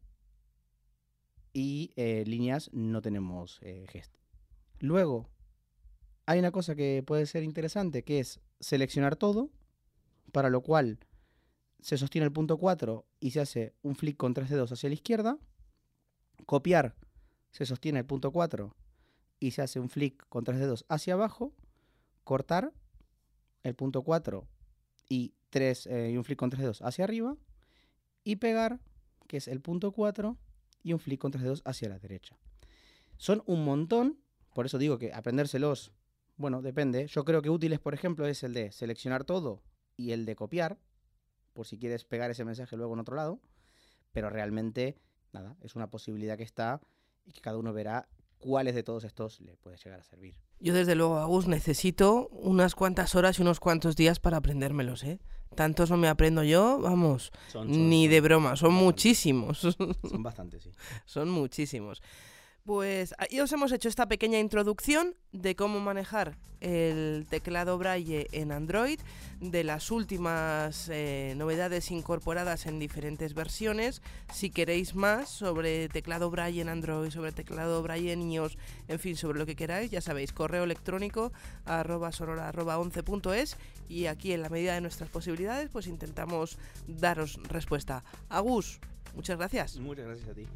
Y eh, líneas no tenemos eh, gesto. Luego, hay una cosa que puede ser interesante, que es seleccionar todo, para lo cual se sostiene el punto cuatro y se hace un flick con tres dedos hacia la izquierda. Copiar, se sostiene el punto cuatro y se hace un flick con tres dedos hacia abajo. Cortar, el punto cuatro y, tres, eh, y un flick con tres dedos hacia arriba. Y pegar, que es el punto cuatro y un flick con tres dedos hacia la derecha. Son un montón, por eso digo que aprendérselos, bueno, depende. Yo creo que útiles, por ejemplo, es el de seleccionar todo y el de copiar, por si quieres pegar ese mensaje luego en otro lado, pero realmente, nada, es una posibilidad que está y que cada uno verá cuáles de todos estos le puede llegar a servir. Yo desde luego, Agus, necesito unas cuantas horas y unos cuantos días para aprendérmelos, ¿eh? Tantos no me aprendo yo, vamos, Son, son, ni son, de broma, son bastante. muchísimos. Son bastantes, sí. Son muchísimos. Pues ahí os hemos hecho esta pequeña introducción de cómo manejar el teclado Braille en Android, de las últimas eh, novedades incorporadas en diferentes versiones. Si queréis más sobre teclado Braille en Android, sobre teclado Braille en iOS, en fin, sobre lo que queráis, ya sabéis, correo electrónico arroba sonora arroba once punto es, y aquí en la medida de nuestras posibilidades pues intentamos daros respuesta. Agus, muchas gracias. Muchas gracias a ti.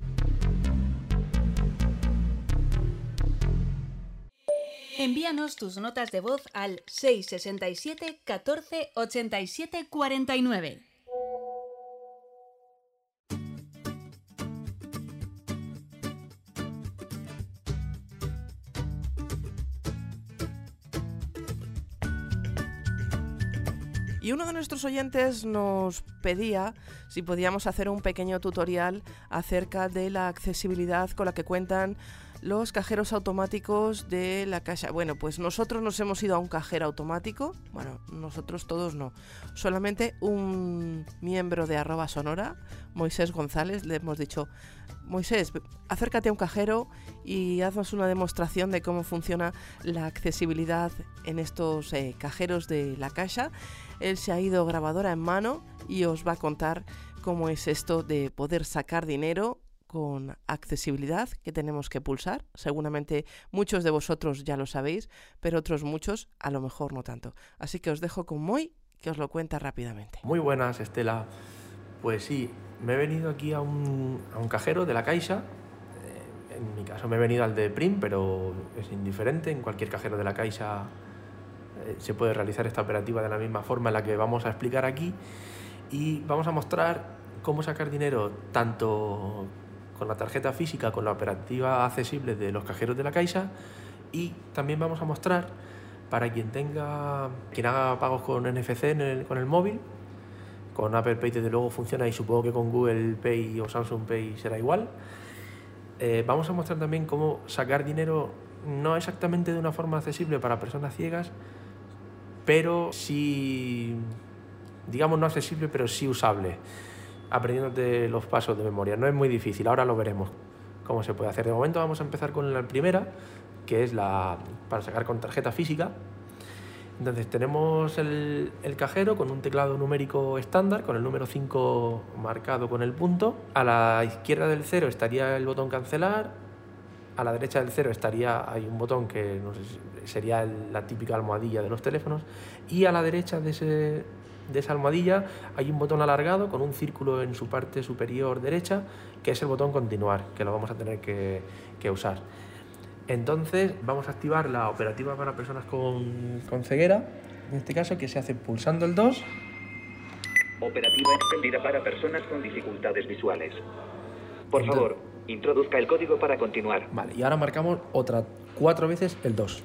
Envíanos tus notas de voz al seis sesenta y siete catorce ochenta y siete cuarenta y nueve. Y uno de nuestros oyentes nos pedía si podíamos hacer un pequeño tutorial acerca de la accesibilidad con la que cuentan los cajeros automáticos de la Caixa. Bueno, pues nosotros nos hemos ido a un cajero automático. Bueno, nosotros todos no. Solamente un miembro de arroba sonora, Moisés González, le hemos dicho: Moisés, acércate a un cajero y haznos una demostración de cómo funciona la accesibilidad en estos eh, cajeros de la Caixa. Él se ha ido grabadora en mano y os va a contar cómo es esto de poder sacar dinero con accesibilidad, que tenemos que pulsar. Seguramente muchos de vosotros ya lo sabéis, pero otros muchos a lo mejor no tanto. Así que os dejo con Moy, que os lo cuenta rápidamente. Muy buenas, Estela. Pues sí, me he venido aquí a un, a un cajero de la Caixa. Eh, En mi caso me he venido al de Print, pero es indiferente. En cualquier cajero de la Caixa eh, se puede realizar esta operativa de la misma forma en la que vamos a explicar aquí. Y vamos a mostrar cómo sacar dinero tanto con la tarjeta física, con la operativa accesible de los cajeros de la Caixa, y también vamos a mostrar para quien tenga, quien haga pagos con N F C en el, con el móvil. Con Apple Pay desde luego funciona y supongo que con Google Pay o Samsung Pay será igual. Eh, vamos a mostrar también cómo sacar dinero no exactamente de una forma accesible para personas ciegas, pero sí, digamos no accesible, pero sí usable, aprendiéndote los pasos de memoria. No es muy difícil, ahora lo veremos cómo se puede hacer. De momento vamos a empezar con la primera, que es la para sacar con tarjeta física. Entonces tenemos el, el cajero con un teclado numérico estándar, con el número cinco marcado con el punto. A la izquierda del cero estaría el botón cancelar, a la derecha del cero estaría, hay un botón que no sé, sería el, la típica almohadilla de los teléfonos, y a la derecha de, ese, de esa almohadilla hay un botón alargado con un círculo en su parte superior derecha, que es el botón continuar, que lo vamos a tener que, que usar. Entonces vamos a activar la operativa para personas con, con ceguera, en este caso, que se hace pulsando el dos. Operativa extendida para personas con dificultades visuales. Por Entonces, favor, introduzca el código para continuar. Vale, y ahora marcamos otras cuatro veces el dos.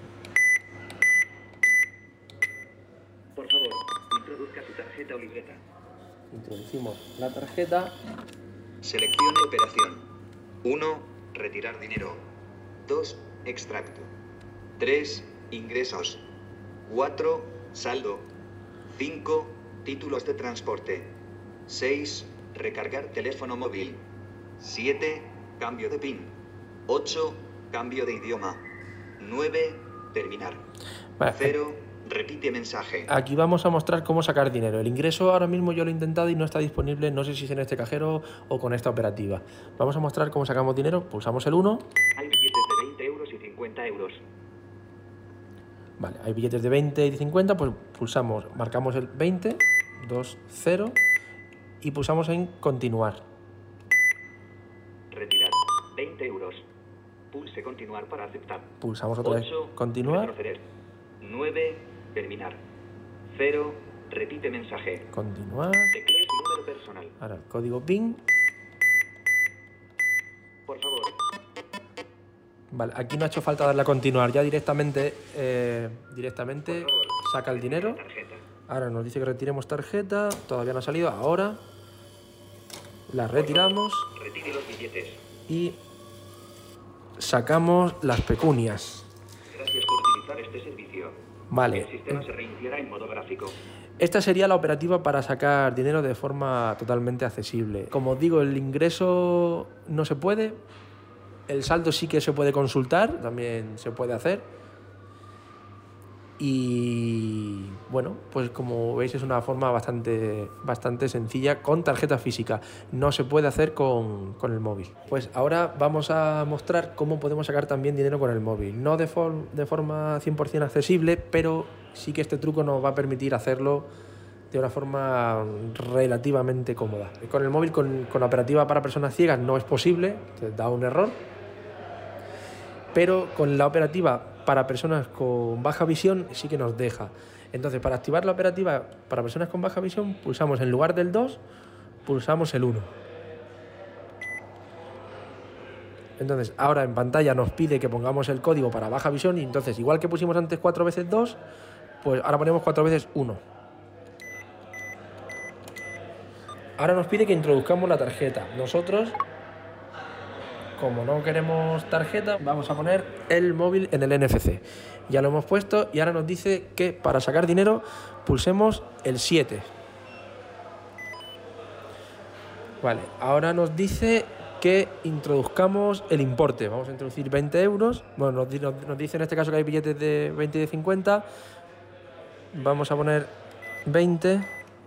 Por favor, introduzca su tarjeta o libreta. Introducimos la tarjeta. Seleccione operación. uno. Retirar dinero. dos. Extracto. tres. Ingresos. cuatro. Saldo. cinco. Títulos de transporte. seis. Recargar teléfono móvil. siete. Cambio de PIN. ocho. Cambio de idioma. nueve. Terminar. Vale. cero. Repite mensaje. Aquí vamos a mostrar cómo sacar dinero. El ingreso ahora mismo yo lo he intentado y no está disponible, no sé si es en este cajero o con esta operativa. Vamos a mostrar cómo sacamos dinero. Pulsamos el uno. Hay billetes de veinte euros y cincuenta euros. Vale, hay billetes de veinte y de cincuenta, pues pulsamos, marcamos el veinte, dos, cero y pulsamos en continuar. Retirar veinte euros. Pulse continuar para aceptar. Pulsamos otra vez ocho. continuar. Retroceder. nueve. Terminar. cero. Repite mensaje. Continuar. Teclee su número personal. Ahora el código PIN. Por favor. Vale, aquí no ha hecho falta darle a continuar, ya directamente, eh, directamente Por favor, saca el dinero. tarjeta. Ahora nos dice que retiremos tarjeta, todavía no ha salido, ahora la retiramos Retire los billetes. y sacamos las pecunias. Gracias por utilizar este servicio. Vale, El sistema se reiniciará en modo gráfico. esta sería la operativa para sacar dinero de forma totalmente accesible. Como os digo, el ingreso no se puede, el saldo sí que se puede consultar, también se puede hacer. Y bueno, pues como veis es una forma bastante, bastante sencilla con tarjeta física. No se puede hacer con, con el móvil. Pues ahora vamos a mostrar cómo podemos sacar también dinero con el móvil. No de, for- de forma cien por ciento accesible, pero sí que este truco nos va a permitir hacerlo de una forma relativamente cómoda. Con el móvil, con, con la operativa para personas ciegas no es posible, te da un error. Pero con la operativa para personas con baja visión sí que nos deja. Entonces, para activar la operativa para personas con baja visión, pulsamos en lugar del dos, pulsamos el uno. Entonces, ahora en pantalla nos pide que pongamos el código para baja visión y entonces, igual que pusimos antes cuatro veces dos, pues ahora ponemos cuatro veces uno. Ahora nos pide que introduzcamos la tarjeta. Nosotros, como no queremos tarjeta, vamos a poner el móvil en el N F C. Ya lo hemos puesto y ahora nos dice que para sacar dinero pulsemos el siete. Vale, ahora nos dice que introduzcamos el importe. Vamos a introducir veinte euros. Bueno, nos, nos, nos dice en este caso que hay billetes de veinte y de cincuenta. Vamos a poner veinte.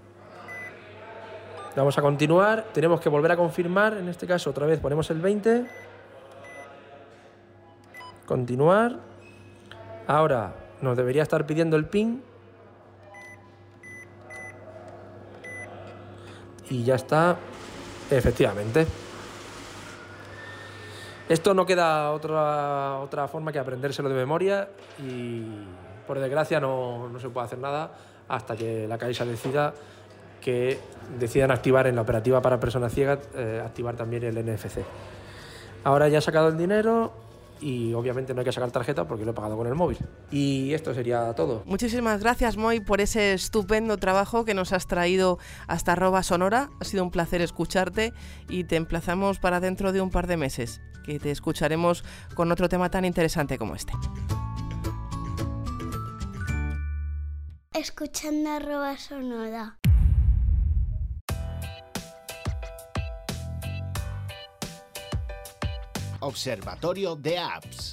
Vamos a continuar, tenemos que volver a confirmar, en este caso otra vez ponemos el veinte, continuar, ahora nos debería estar pidiendo el PIN y ya está, efectivamente. Esto no queda otra, otra forma que aprendérselo de memoria y por desgracia no, no se puede hacer nada hasta que la Caixa decida que decidan activar en la operativa para personas ciegas, eh, activar también el N F C. Ahora ya he sacado el dinero y obviamente no hay que sacar tarjeta porque lo he pagado con el móvil. Y esto sería todo. Muchísimas gracias, Moy, por ese estupendo trabajo que nos has traído hasta arroba sonora. Ha sido un placer escucharte y te emplazamos para dentro de un par de meses, que te escucharemos con otro tema tan interesante como este. Escuchando arroba sonora. Observatorio de Apps.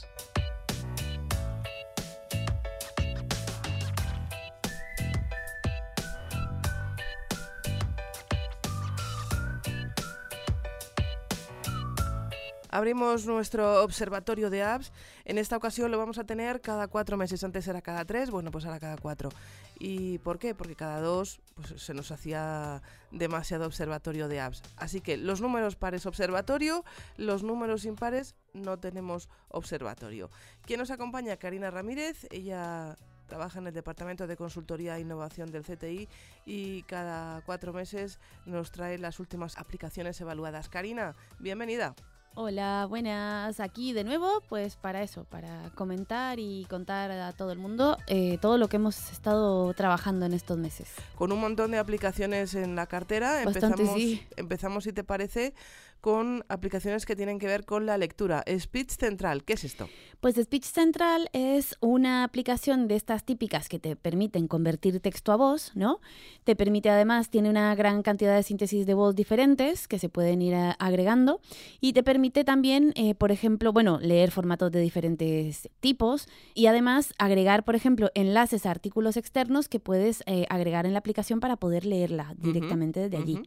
Abrimos nuestro observatorio de apps. En esta ocasión lo vamos a tener cada cuatro meses. Antes era cada tres, bueno, pues ahora cada cuatro. ¿Y por qué? Porque cada dos pues, se nos hacía demasiado observatorio de apps. Así que los números pares observatorio, los números impares no tenemos observatorio. ¿Quién nos acompaña? Karina Ramírez. Ella trabaja en el Departamento de Consultoría e Innovación del C T I y cada cuatro meses nos trae las últimas aplicaciones evaluadas. Karina, bienvenida. Hola, buenas. Aquí de nuevo, pues para eso, para comentar y contar a todo el mundo eh, todo lo que hemos estado trabajando en estos meses. Con un montón de aplicaciones en la cartera. Bastante, empezamos, sí. empezamos, si te parece, con aplicaciones que tienen que ver con la lectura. Speech Central, ¿qué es esto? Pues Speech Central es una aplicación de estas típicas que te permiten convertir texto a voz, ¿no? Te permite además, tiene una gran cantidad de síntesis de voz diferentes que se pueden ir a, agregando y te permite también, eh, por ejemplo, bueno, leer formatos de diferentes tipos y además agregar, por ejemplo, enlaces a artículos externos que puedes eh, agregar en la aplicación para poder leerla directamente uh-huh, desde allí. Uh-huh.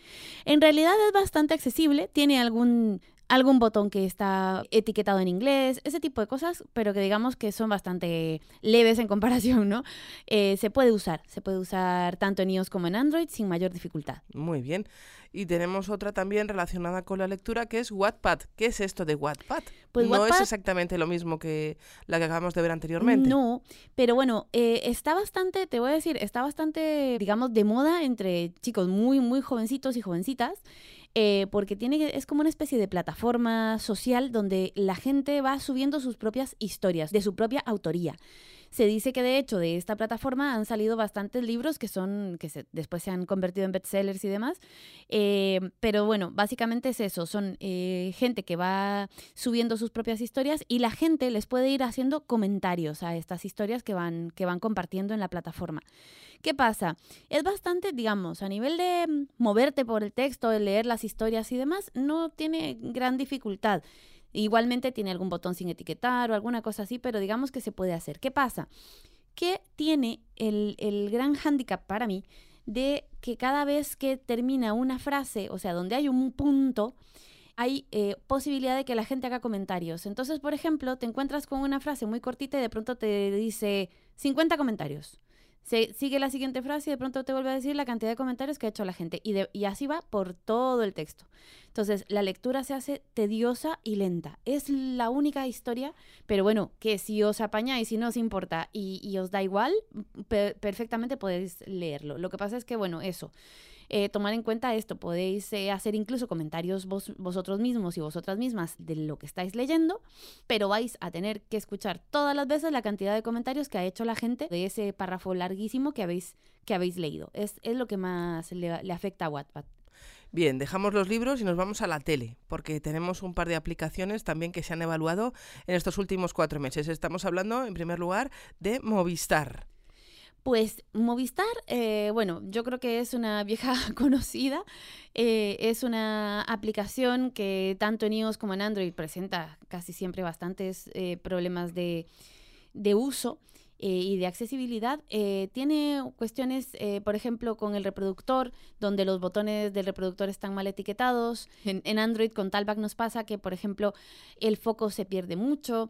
En realidad es bastante accesible, tiene algún, algún botón que está etiquetado en inglés, ese tipo de cosas, pero que digamos que son bastante leves en comparación, ¿no? Eh, se puede usar, se puede usar tanto en iOS como en Android sin mayor dificultad. Muy bien. Y tenemos otra también relacionada con la lectura que es Wattpad. ¿Qué es esto de Wattpad? Pues no Wattpad, es exactamente lo mismo que la que acabamos de ver anteriormente. No, pero bueno, eh, está bastante, te voy a decir, está bastante, digamos, de moda entre chicos muy, muy jovencitos y jovencitas. Eh, porque tiene, es como una especie de plataforma social donde la gente va subiendo sus propias historias, de su propia autoría. Se dice que de hecho de esta plataforma han salido bastantes libros que son que se, después se han convertido en bestsellers y demás, eh, pero bueno, básicamente es eso, son eh, gente que va subiendo sus propias historias y la gente les puede ir haciendo comentarios a estas historias que van, que van compartiendo en la plataforma. ¿Qué pasa? Es bastante, digamos, a nivel de moverte por el texto, de leer las historias y demás, no tiene gran dificultad. Igualmente tiene algún botón sin etiquetar o alguna cosa así, pero digamos que se puede hacer. ¿Qué pasa? Que tiene el, el gran hándicap para mí de que cada vez que termina una frase, o sea, donde hay un punto, hay eh, posibilidad de que la gente haga comentarios. Entonces, por ejemplo, te encuentras con una frase muy cortita y de pronto te dice cincuenta comentarios. Se sigue la siguiente frase y de pronto te vuelve a decir la cantidad de comentarios que ha hecho la gente. Y, de, y así va por todo el texto. Entonces, la lectura se hace tediosa y lenta. Es la única historia, pero bueno, que si os apañáis y no os importa y, y os da igual, per- perfectamente podéis leerlo. Lo que pasa es que, bueno, eso... Eh, tomar en cuenta esto, podéis eh, hacer incluso comentarios vos, vosotros mismos y vosotras mismas de lo que estáis leyendo, pero vais a tener que escuchar todas las veces la cantidad de comentarios que ha hecho la gente de ese párrafo larguísimo que habéis, que habéis leído. Es, es lo que más le, le afecta a Wattpad. Bien, dejamos los libros y nos vamos a la tele, porque tenemos un par de aplicaciones también que se han evaluado en estos últimos cuatro meses. Estamos hablando, en primer lugar, de Movistar. Pues Movistar, eh, bueno, yo creo que es una vieja conocida, eh, es una aplicación que tanto en iOS como en Android presenta casi siempre bastantes eh, problemas de, de uso eh, y de accesibilidad. Eh, tiene cuestiones, eh, por ejemplo, con el reproductor, donde los botones del reproductor están mal etiquetados. En, en Android con Talkback nos pasa que, por ejemplo, el foco se pierde mucho.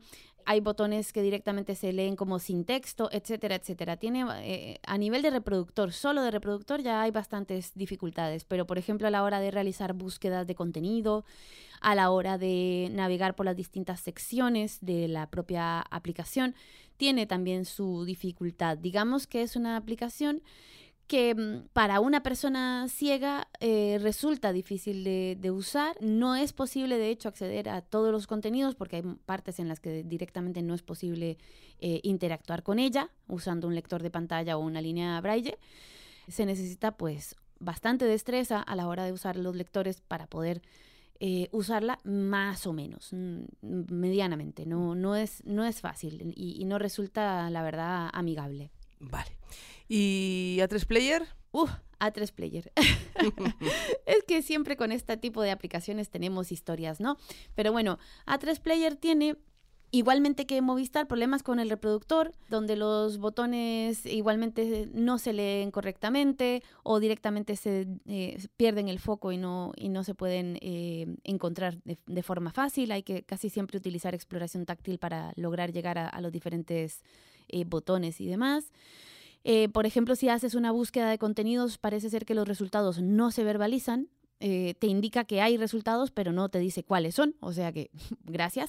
hay botones que directamente se leen como sin texto, etcétera, etcétera. Tiene, eh, a nivel de reproductor, solo de reproductor ya hay bastantes dificultades, pero por ejemplo a la hora de realizar búsquedas de contenido, a la hora de navegar por las distintas secciones de la propia aplicación, tiene también su dificultad. Digamos que es una aplicación que para una persona ciega eh, resulta difícil de, de usar. No es posible, de hecho, acceder a todos los contenidos porque hay partes en las que directamente no es posible eh, interactuar con ella usando un lector de pantalla o una línea braille. Se necesita pues bastante destreza a la hora de usar los lectores para poder eh, usarla más o menos, medianamente. No, no, es, no es fácil y, y no resulta, la verdad, amigable. Vale. ¿Y A tres Player? Uf, A tres Player. Es que siempre con este tipo de aplicaciones tenemos historias, ¿no? Pero bueno, A tres Player tiene, igualmente que Movistar, problemas con el reproductor, donde los botones igualmente no se leen correctamente o directamente se eh, pierden el foco y no, y no se pueden eh, encontrar de, de forma fácil. Hay que casi siempre utilizar exploración táctil para lograr llegar a, a los diferentes eh, botones y demás. Eh, por ejemplo, si haces una búsqueda de contenidos, parece ser que los resultados no se verbalizan. Eh, te indica que hay resultados, pero no te dice cuáles son. O sea que, gracias.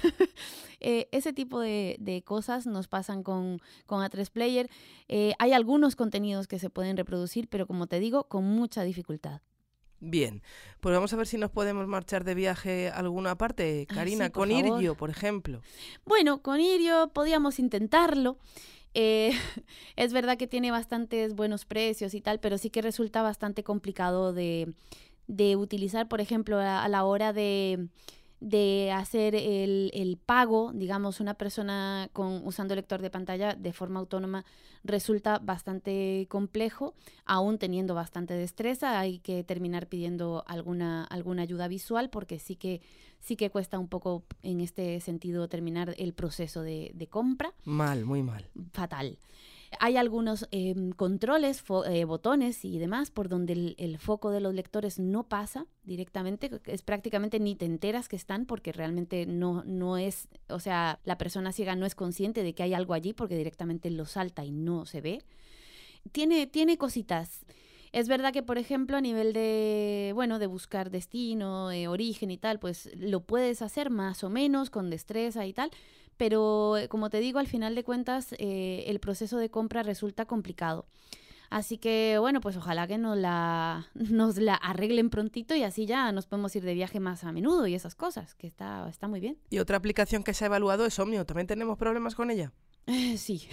eh, ese tipo de, de cosas nos pasan con, con A tres Player. Eh, hay algunos contenidos que se pueden reproducir, pero como te digo, con mucha dificultad. Bien, pues vamos a ver si nos podemos marchar de viaje a alguna parte. Karina, Ay, sí, por con favor. Irio, por ejemplo. Bueno, con Irio podíamos intentarlo. Eh, es verdad que tiene bastantes buenos precios y tal, pero sí que resulta bastante complicado de, de utilizar, por ejemplo, a, a la hora de, de hacer el, el pago. Digamos, una persona con, usando lector de pantalla de forma autónoma resulta bastante complejo, aún teniendo bastante destreza. Hay que terminar pidiendo alguna, alguna ayuda visual porque sí que sí que cuesta un poco en este sentido terminar el proceso de, de compra. Mal, muy mal. Fatal. Hay algunos eh, controles, fo- eh, botones y demás por donde el, el foco de los lectores no pasa directamente. Es prácticamente ni te enteras que están porque realmente no, no es, o sea, la persona ciega no es consciente de que hay algo allí porque directamente lo salta y no se ve. Tiene, tiene cositas. Es verdad que, por ejemplo, a nivel de, bueno, de buscar destino, eh, origen y tal, pues lo puedes hacer más o menos con destreza y tal, pero eh, como te digo, al final de cuentas eh, el proceso de compra resulta complicado. Así que, bueno, pues ojalá que nos la, nos la arreglen prontito y así ya nos podemos ir de viaje más a menudo y esas cosas, que está, está muy bien. Y otra aplicación que se ha evaluado es Omnio. ¿También tenemos problemas con ella? Eh, sí.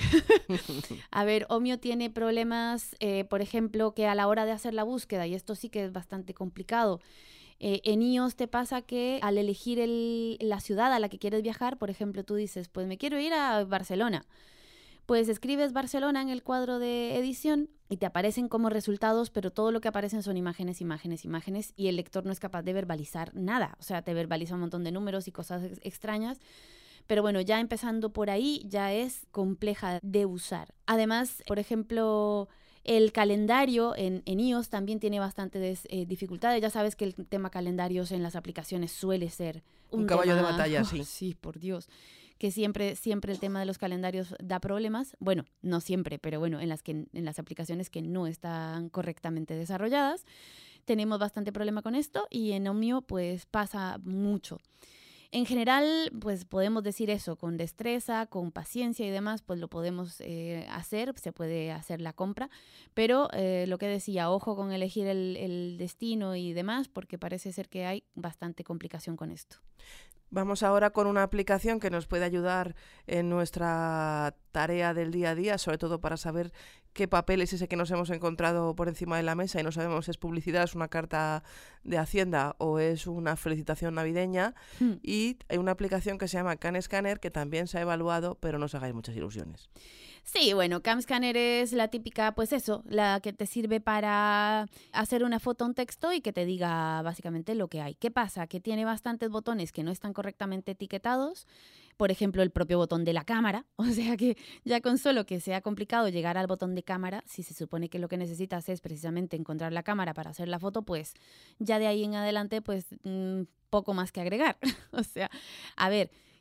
A ver, Omnio tiene problemas, eh, por ejemplo, que a la hora de hacer la búsqueda, y esto sí que es bastante complicado, eh, en iOS te pasa que al elegir el, la ciudad a la que quieres viajar, por ejemplo, tú dices, pues me quiero ir a Barcelona. Pues escribes Barcelona en el cuadro de edición y te aparecen como resultados, pero todo lo que aparecen son imágenes, imágenes, imágenes, y el lector no es capaz de verbalizar nada. O sea, te verbaliza un montón de números y cosas ex- extrañas. Pero bueno, ya empezando por ahí, ya es compleja de usar. Además, por ejemplo, el calendario en, en iOS también tiene bastantes eh, dificultades. Ya sabes que el tema calendarios en las aplicaciones suele ser un, Un caballo tema... de batalla, sí. Oh, sí, por Dios. Que siempre, siempre el tema de los calendarios da problemas. Bueno, no siempre, pero bueno, en las, que, en las aplicaciones que no están correctamente desarrolladas, tenemos bastante problema con esto y en Omnio pues pasa mucho. En general, pues podemos decir eso, con destreza, con paciencia y demás, pues lo podemos eh, hacer, se puede hacer la compra, pero eh, lo que decía, ojo con elegir el, el destino y demás, porque parece ser que hay bastante complicación con esto. Vamos ahora con una aplicación que nos puede ayudar en nuestra tarea del día a día, sobre todo para saber qué papel es ese que nos hemos encontrado por encima de la mesa y no sabemos si es publicidad, es una carta de Hacienda o es una felicitación navideña. Hmm. Y hay una aplicación que se llama CamScanner que también se ha evaluado, pero no os hagáis muchas ilusiones. Sí, bueno, CamScanner es la típica, pues eso, la que te sirve para hacer una foto, un texto y que te diga básicamente lo que hay. ¿Qué pasa? Que tiene bastantes botones que no están correctamente etiquetados. Por ejemplo, el propio botón de la cámara. O sea que ya con solo que sea complicado llegar al botón de cámara, si se supone que lo que necesitas es precisamente encontrar la cámara para hacer la foto, pues ya de ahí en adelante, pues mmm, poco más que agregar. O sea, a ver...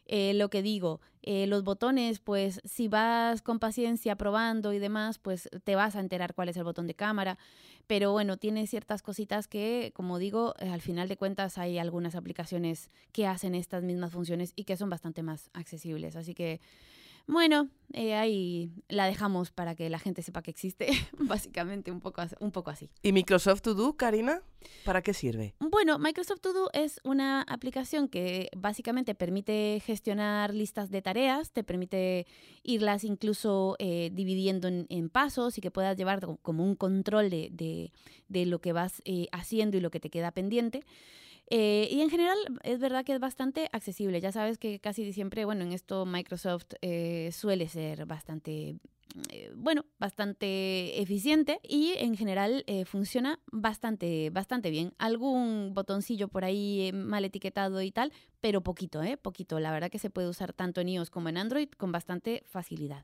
Eh, lo que digo, eh, los botones, pues si vas con paciencia probando y demás, pues te vas a enterar cuál es el botón de cámara. Pero bueno, tiene ciertas cositas que, como digo, eh, al final de cuentas hay algunas aplicaciones que hacen estas mismas funciones y que son bastante más accesibles. Así que, bueno, eh, ahí la dejamos para que la gente sepa que existe, básicamente un poco, as- un poco así. ¿Y Microsoft To Do, Karina? ¿Para qué sirve? Bueno, Microsoft To Do es una aplicación que básicamente permite gestionar listas de tareas, te permite irlas incluso eh, dividiendo en, en pasos y que puedas llevar co- como un control de, de, de lo que vas eh, haciendo y lo que te queda pendiente. Eh, y en general es verdad que es bastante accesible. Ya sabes que casi siempre, bueno, en esto Microsoft eh, suele ser bastante, eh, bueno, bastante eficiente y en general eh, funciona bastante, bastante bien. Algún botoncillo por ahí eh, mal etiquetado y tal, pero poquito, ¿eh? Poquito. La verdad que se puede usar tanto en iOS como en Android con bastante facilidad.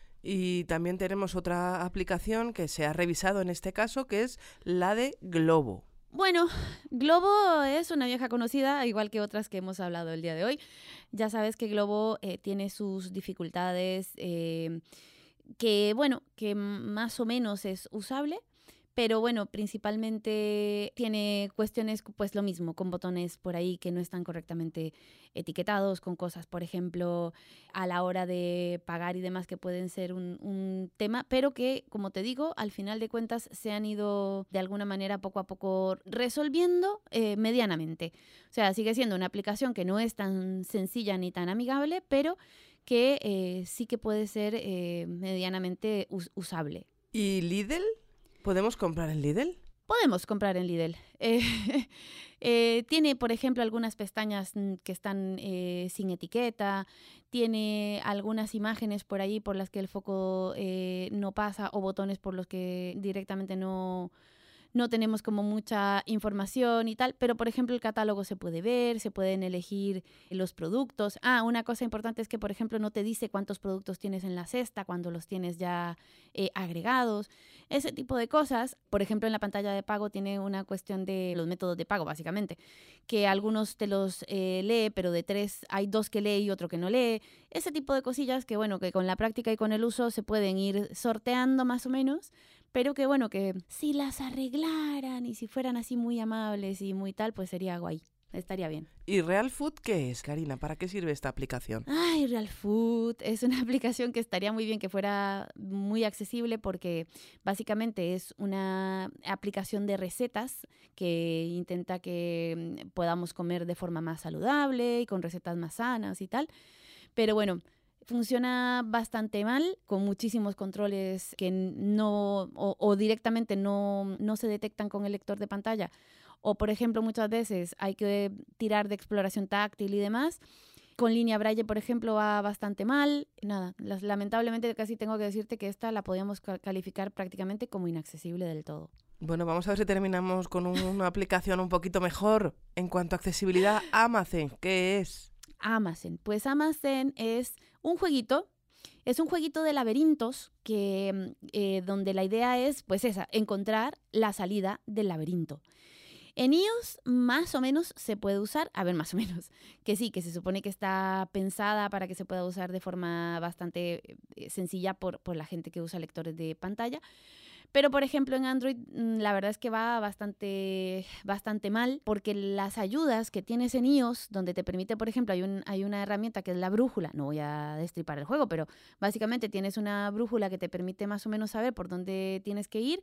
Y también tenemos otra aplicación que se ha revisado en este caso, que es la de Globo. Bueno, Globo es una vieja conocida, igual que otras que hemos hablado el día de hoy. Ya sabes que Globo eh, tiene sus dificultades, eh, que bueno, que más o menos es usable, pero bueno, principalmente tiene cuestiones, pues lo mismo, con botones por ahí que no están correctamente etiquetados, con cosas, por ejemplo, a la hora de pagar y demás que pueden ser un, un tema, pero que, como te digo, al final de cuentas se han ido de alguna manera poco a poco resolviendo eh, medianamente. O sea, sigue siendo una aplicación que no es tan sencilla ni tan amigable, pero que eh, sí que puede ser eh, medianamente us- usable. ¿Y Lidl? ¿Podemos comprar en Lidl? Podemos comprar en Lidl. Eh, eh, tiene, por ejemplo, algunas pestañas mm, que están eh, sin etiqueta, tiene algunas imágenes por ahí por las que el foco eh, no pasa o botones por los que directamente no, no tenemos como mucha información y tal, pero por ejemplo el catálogo se puede ver, se pueden elegir los productos. Ah, una cosa importante es que por ejemplo no te dice cuántos productos tienes en la cesta cuando los tienes ya eh, agregados. Ese tipo de cosas, por ejemplo en la pantalla de pago tiene una cuestión de los métodos de pago básicamente, que algunos te los eh, lee, pero de tres hay dos que lee y otro que no lee. Ese tipo de cosillas que bueno, que con la práctica y con el uso se pueden ir sorteando más o menos, pero que bueno, que si las arreglaran y si fueran así muy amables y muy tal, pues sería guay, estaría bien. ¿Y Real Food qué es, Karina? ¿Para qué sirve esta aplicación? Ay, Real Food es una aplicación que estaría muy bien que fuera muy accesible porque básicamente es una aplicación de recetas que intenta que podamos comer de forma más saludable y con recetas más sanas y tal, pero bueno, funciona bastante mal, con muchísimos controles que no, o, o directamente no, no se detectan con el lector de pantalla. O, por ejemplo, muchas veces hay que tirar de exploración táctil y demás. Con línea Braille, por ejemplo, va bastante mal. Nada, las, lamentablemente casi tengo que decirte que esta la podíamos calificar prácticamente como inaccesible del todo. Bueno, vamos a ver si terminamos con una aplicación un poquito mejor. En cuanto a accesibilidad, Amazon, ¿qué es? Amazon. Pues Amazon es un jueguito, es un jueguito de laberintos que, eh, donde la idea es, pues esa, encontrar la salida del laberinto. En iOS más o menos se puede usar, a ver, más o menos, que sí, que se supone que está pensada para que se pueda usar de forma bastante eh, sencilla por, por la gente que usa lectores de pantalla. Pero, por ejemplo, en Android la verdad es que va bastante, bastante mal porque las ayudas que tienes en iOS, donde te permite, por ejemplo, hay, un, hay una herramienta que es la brújula, no voy a destripar el juego, pero básicamente tienes una brújula que te permite más o menos saber por dónde tienes que ir.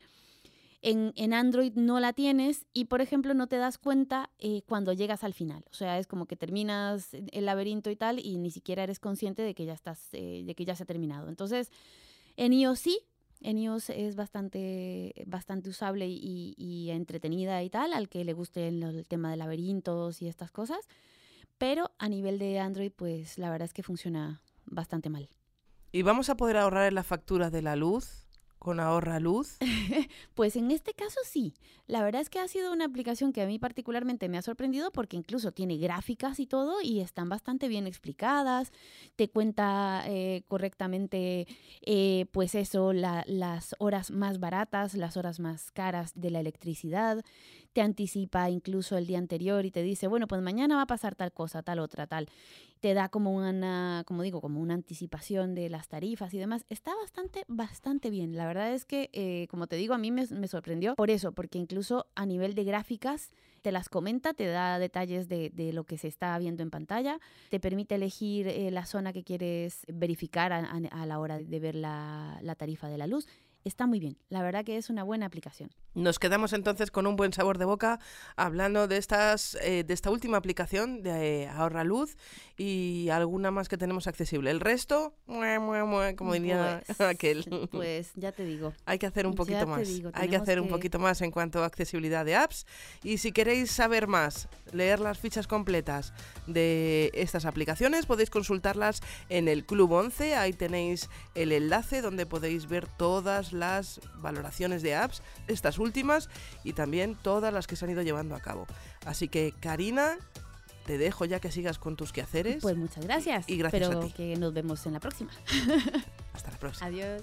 En, en Android no la tienes y, por ejemplo, no te das cuenta eh, cuando llegas al final. O sea, es como que terminas el laberinto y tal y ni siquiera eres consciente de que ya, estás, eh, de que ya se ha terminado. Entonces, en iOS sí. En iOS es bastante, bastante usable y, y entretenida y tal, al que le guste el, el tema de laberintos y estas cosas. Pero a nivel de Android, pues la verdad es que funciona bastante mal. ¿Y vamos a poder ahorrar en las facturas de la luz con Ahorra Luz? Pues en este caso sí. La verdad es que ha sido una aplicación que a mí particularmente me ha sorprendido porque incluso tiene gráficas y todo y están bastante bien explicadas. Te cuenta eh, correctamente, eh, pues eso, la, las horas más baratas, las horas más caras de la electricidad. te anticipa incluso el día anterior y te dice, bueno, pues mañana va a pasar tal cosa, tal otra, tal. Te da como una, como digo, como una anticipación de las tarifas y demás. Está bastante, bastante bien. La verdad es que, eh, como te digo, a mí me, me sorprendió por eso, porque incluso a nivel de gráficas te las comenta, te da detalles de, de lo que se está viendo en pantalla, te permite elegir eh, la zona que quieres verificar a, a, a la hora de ver la, la tarifa de la luz. Está muy bien, la verdad que es una buena aplicación. Nos quedamos entonces con un buen sabor de boca hablando de estas eh, de esta última aplicación de eh, Ahorra Luz y alguna más que tenemos accesible. El resto, mue, mue, mue, como diría pues, aquel. Pues ya te digo. Hay que hacer un poquito ya más. Te digo, Hay que hacer que... un poquito más en cuanto a accesibilidad de apps. Y si queréis saber más, leer las fichas completas de estas aplicaciones, podéis consultarlas en el Club once. Ahí tenéis el enlace donde podéis ver todas las valoraciones de apps, estas últimas, y también todas las que se han ido llevando a cabo. Así que, Karina, te dejo ya que sigas con tus quehaceres. Pues muchas gracias. Y gracias Pero a ti. Que nos vemos en la próxima. Hasta la próxima. Adiós.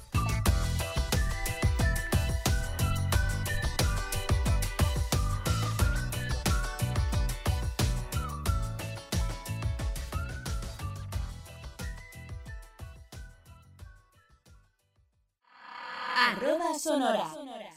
Arroba Sonora.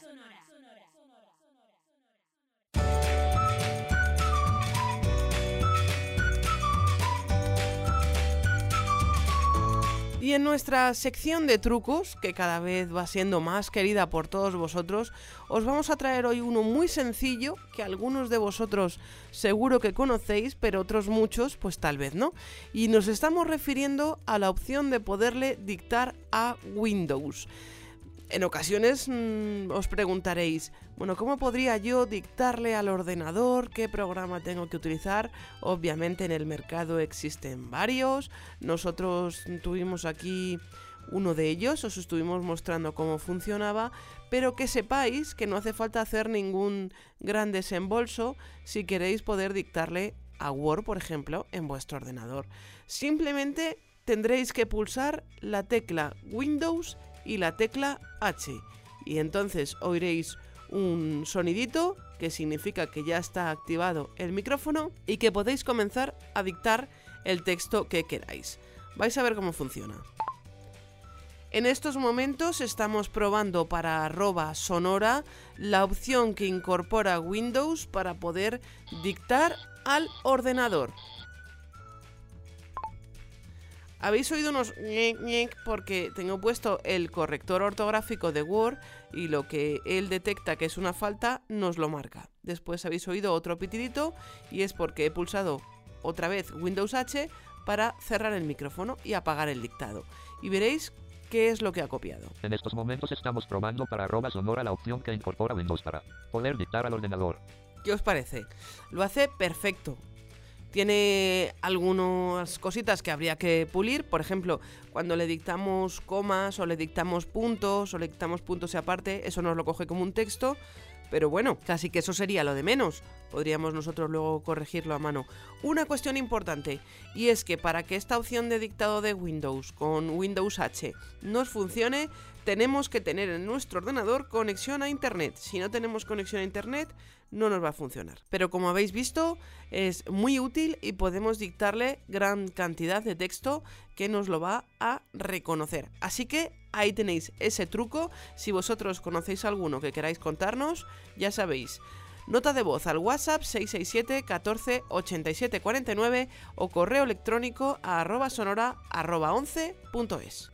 Y en nuestra sección de trucos, que cada vez va siendo más querida por todos vosotros, os vamos a traer hoy uno muy sencillo que algunos de vosotros seguro que conocéis, pero otros muchos pues tal vez no. Y nos estamos refiriendo a la opción de poderle dictar a Windows. En ocasiones mmm, os preguntaréis, bueno, ¿cómo podría yo dictarle al ordenador? ¿Qué programa tengo que utilizar? Obviamente en el mercado existen varios. Nosotros tuvimos aquí uno de ellos, os estuvimos mostrando cómo funcionaba, pero que sepáis que no hace falta hacer ningún gran desembolso si queréis poder dictarle a Word, por ejemplo, en vuestro ordenador. Simplemente tendréis que pulsar la tecla Windows y la tecla H, y entonces oiréis un sonidito que significa que ya está activado el micrófono y que podéis comenzar a dictar el texto que queráis. Vais a ver cómo funciona. En estos momentos estamos probando para arroba sonora la opción que incorpora Windows para poder dictar al ordenador. Habéis oído unos ñec ñec porque tengo puesto el corrector ortográfico de Word y lo que él detecta que es una falta nos lo marca. Después habéis oído otro pitidito y es porque he pulsado otra vez Windows H para cerrar el micrófono y apagar el dictado. Y veréis qué es lo que ha copiado. En estos momentos estamos probando para arroba sonora la opción que incorpora Windows para poder dictar al ordenador. ¿Qué os parece? Lo hace perfecto. Tiene algunas cositas que habría que pulir, por ejemplo, cuando le dictamos comas o le dictamos puntos o le dictamos puntos y aparte, eso nos lo coge como un texto, pero bueno, casi que eso sería lo de menos. Podríamos nosotros luego corregirlo a mano. Una cuestión importante, y es que para que esta opción de dictado de Windows con Windows H nos funcione, tenemos que tener en nuestro ordenador conexión a Internet. Si no tenemos conexión a Internet, no nos va a funcionar. Pero como habéis visto, es muy útil y podemos dictarle gran cantidad de texto que nos lo va a reconocer. Así que ahí tenéis ese truco. Si vosotros conocéis alguno que queráis contarnos, ya sabéis. Nota de voz al WhatsApp seis seis siete, catorce, ochenta y siete, cuarenta y nueve o correo electrónico a arroba sonora arroba once punto es.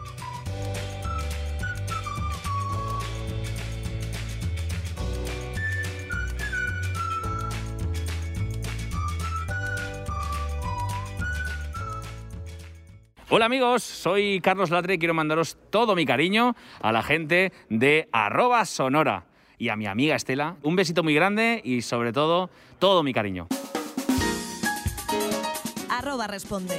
Hola amigos, soy Carlos Latre y quiero mandaros todo mi cariño a la gente de arroba sonora y a mi amiga Estela. Un besito muy grande y sobre todo, todo mi cariño. Arroba responde.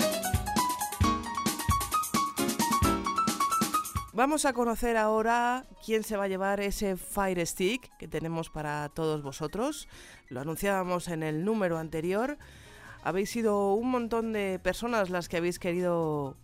Vamos a conocer ahora quién se va a llevar ese Fire Stick que tenemos para todos vosotros. Lo anunciábamos en el número anterior. Habéis sido un montón de personas las que habéis querido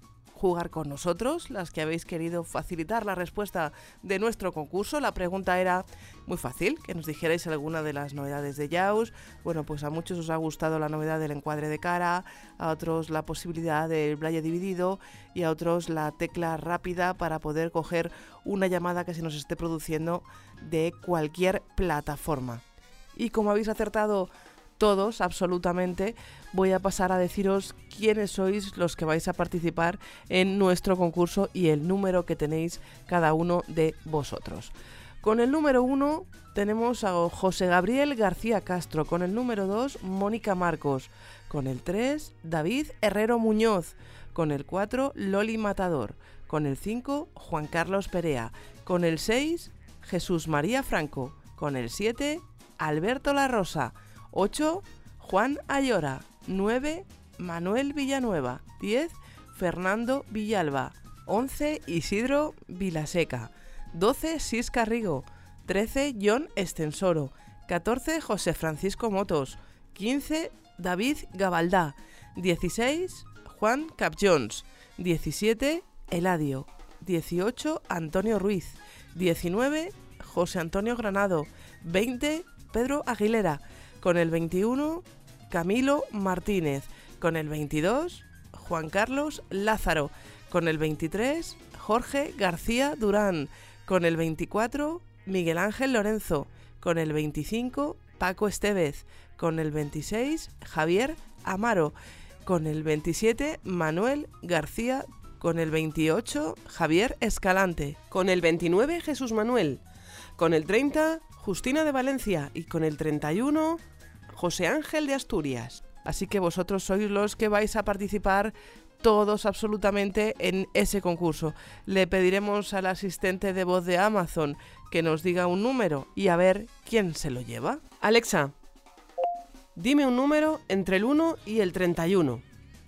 jugar con nosotros, las que habéis querido facilitar la respuesta de nuestro concurso. La pregunta era muy fácil, que nos dijerais alguna de las novedades de JAWS. Bueno, pues a muchos os ha gustado la novedad del encuadre de cara, a otros la posibilidad del braille dividido y a otros la tecla rápida para poder coger una llamada que se nos esté produciendo de cualquier plataforma. Y como habéis acertado todos, absolutamente, voy a pasar a deciros quiénes sois los que vais a participar en nuestro concurso y el número que tenéis cada uno de vosotros. Con el número uno tenemos a José Gabriel García Castro, con el número dos Mónica Marcos, con el tres David Herrero Muñoz, con el cuatro Loli Matador, con el cinco Juan Carlos Perea, con el seis Jesús María Franco, con el siete Alberto La Rosa, ocho Juan Ayora, nueve Manuel Villanueva, diez Fernando Villalba, once Isidro Vilaseca, doce Sisca Rigo, trece John Estensoro, catorce José Francisco Motos, quince David Gabaldá, dieciséis Juan Capjones, diecisiete Eladio, dieciocho Antonio Ruiz, diecinueve José Antonio Granado, veinte Pedro Aguilera, con el veintiuno Camilo Martínez, con el veintidós Juan Carlos Lázaro, con el veintitrés Jorge García Durán, con el veinticuatro Miguel Ángel Lorenzo, con el veinticinco Paco Estevez, con el veintiséis Javier Amaro, con el veintisiete Manuel García, con el veintiocho Javier Escalante, con el veintinueve Jesús Manuel, con el treinta Justina de Valencia y con el treinta y uno José Ángel de Asturias. Así que vosotros sois los que vais a participar todos absolutamente en ese concurso. Le pediremos al asistente de voz de Amazon que nos diga un número y a ver quién se lo lleva. Alexa, dime un número entre el uno y el treinta y uno.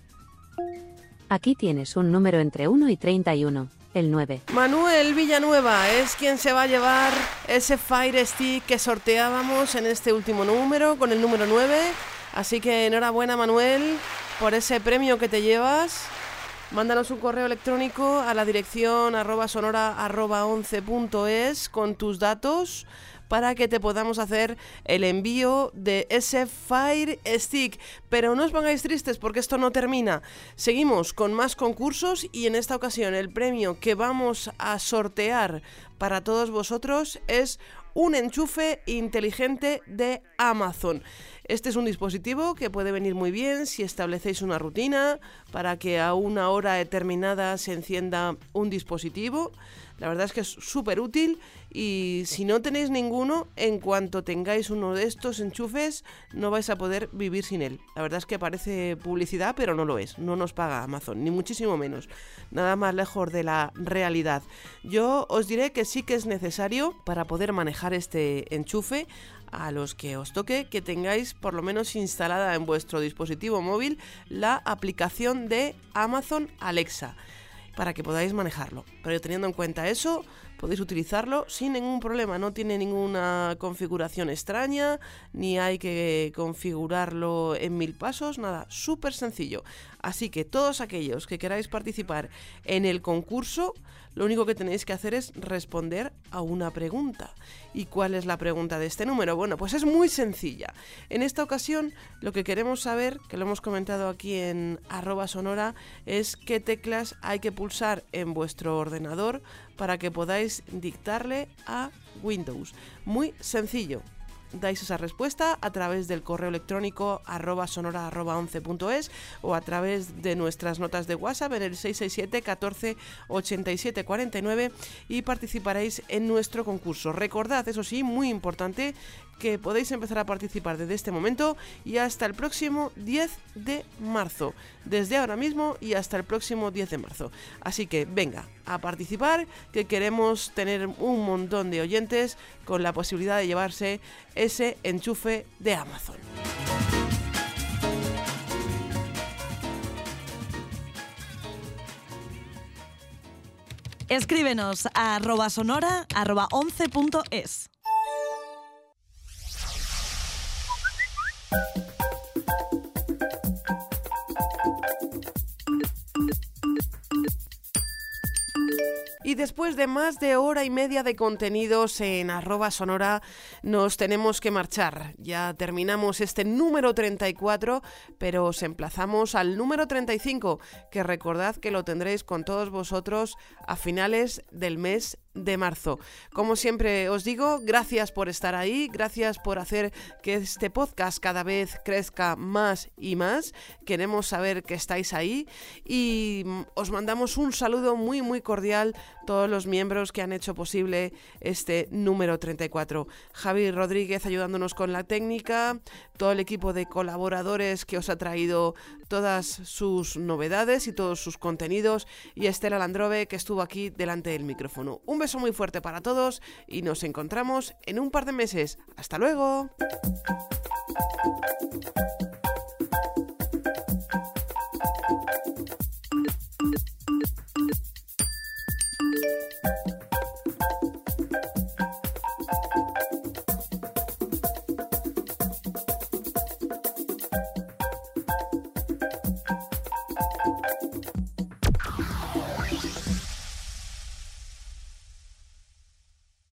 Aquí tienes un número entre uno y treinta y uno, el nueve. Manuel Villanueva es quien se va a llevar ese Fire Stick que sorteábamos en este último número, con el número nueve. Así que enhorabuena, Manuel, por ese premio que te llevas. Mándanos un correo electrónico a la dirección arroba sonora arroba once punto es con tus datos para que te podamos hacer el envío de ese Fire Stick. Pero no os pongáis tristes porque esto no termina. Seguimos con más concursos y en esta ocasión el premio que vamos a sortear para todos vosotros es un enchufe inteligente de Amazon. Este es un dispositivo que puede venir muy bien si establecéis una rutina para que a una hora determinada se encienda un dispositivo. La verdad es que es súper útil y si no tenéis ninguno, en cuanto tengáis uno de estos enchufes, no vais a poder vivir sin él. La verdad es que parece publicidad, pero no lo es. No nos paga Amazon, ni muchísimo menos. Nada más lejos de la realidad. Yo os diré que sí que es necesario para poder manejar este enchufe, a los que os toque, que tengáis por lo menos instalada en vuestro dispositivo móvil la aplicación de Amazon Alexa, para que podáis manejarlo. Pero teniendo en cuenta eso, podéis utilizarlo sin ningún problema. No tiene ninguna configuración extraña, ni hay que configurarlo en mil pasos, nada, súper sencillo. Así que todos aquellos que queráis participar en el concurso, lo único que tenéis que hacer es responder a una pregunta. ¿Y cuál es la pregunta de este número? Bueno, pues es muy sencilla. En esta ocasión, lo que queremos saber, que lo hemos comentado aquí en arroba sonora, es qué teclas hay que pulsar en vuestro ordenador para que podáis dictarle a Windows. Muy sencillo. Dais esa respuesta a través del correo electrónico arroba sonora arroba once punto es o a través de nuestras notas de WhatsApp en el seis seis siete, catorce, ochenta y siete, cuarenta y nueve y participaréis en nuestro concurso. Recordad, eso sí, muy importante, que podéis empezar a participar desde este momento y hasta el próximo diez de marzo. Desde ahora mismo y hasta el próximo diez de marzo. Así que venga, a participar, que queremos tener un montón de oyentes con la posibilidad de llevarse ese enchufe de Amazon. Escríbenos a arroba sonora arroba once punto es. Y después de más de hora y media de contenidos en arroba sonora, nos tenemos que marchar. Ya terminamos este número treinta y cuatro, pero os emplazamos al número treinta y cinco, que recordad que lo tendréis con todos vosotros a finales del mes de marzo. Como siempre os digo, gracias por estar ahí, gracias por hacer que este podcast cada vez crezca más y más. Queremos saber que estáis ahí y os mandamos un saludo muy muy cordial todos los miembros que han hecho posible este número treinta y cuatro. Javi Rodríguez ayudándonos con la técnica, todo el equipo de colaboradores que os ha traído todas sus novedades y todos sus contenidos, y Estela Landrove, que estuvo aquí delante del micrófono. Un beso muy fuerte para todos y nos encontramos en un par de meses. ¡Hasta luego!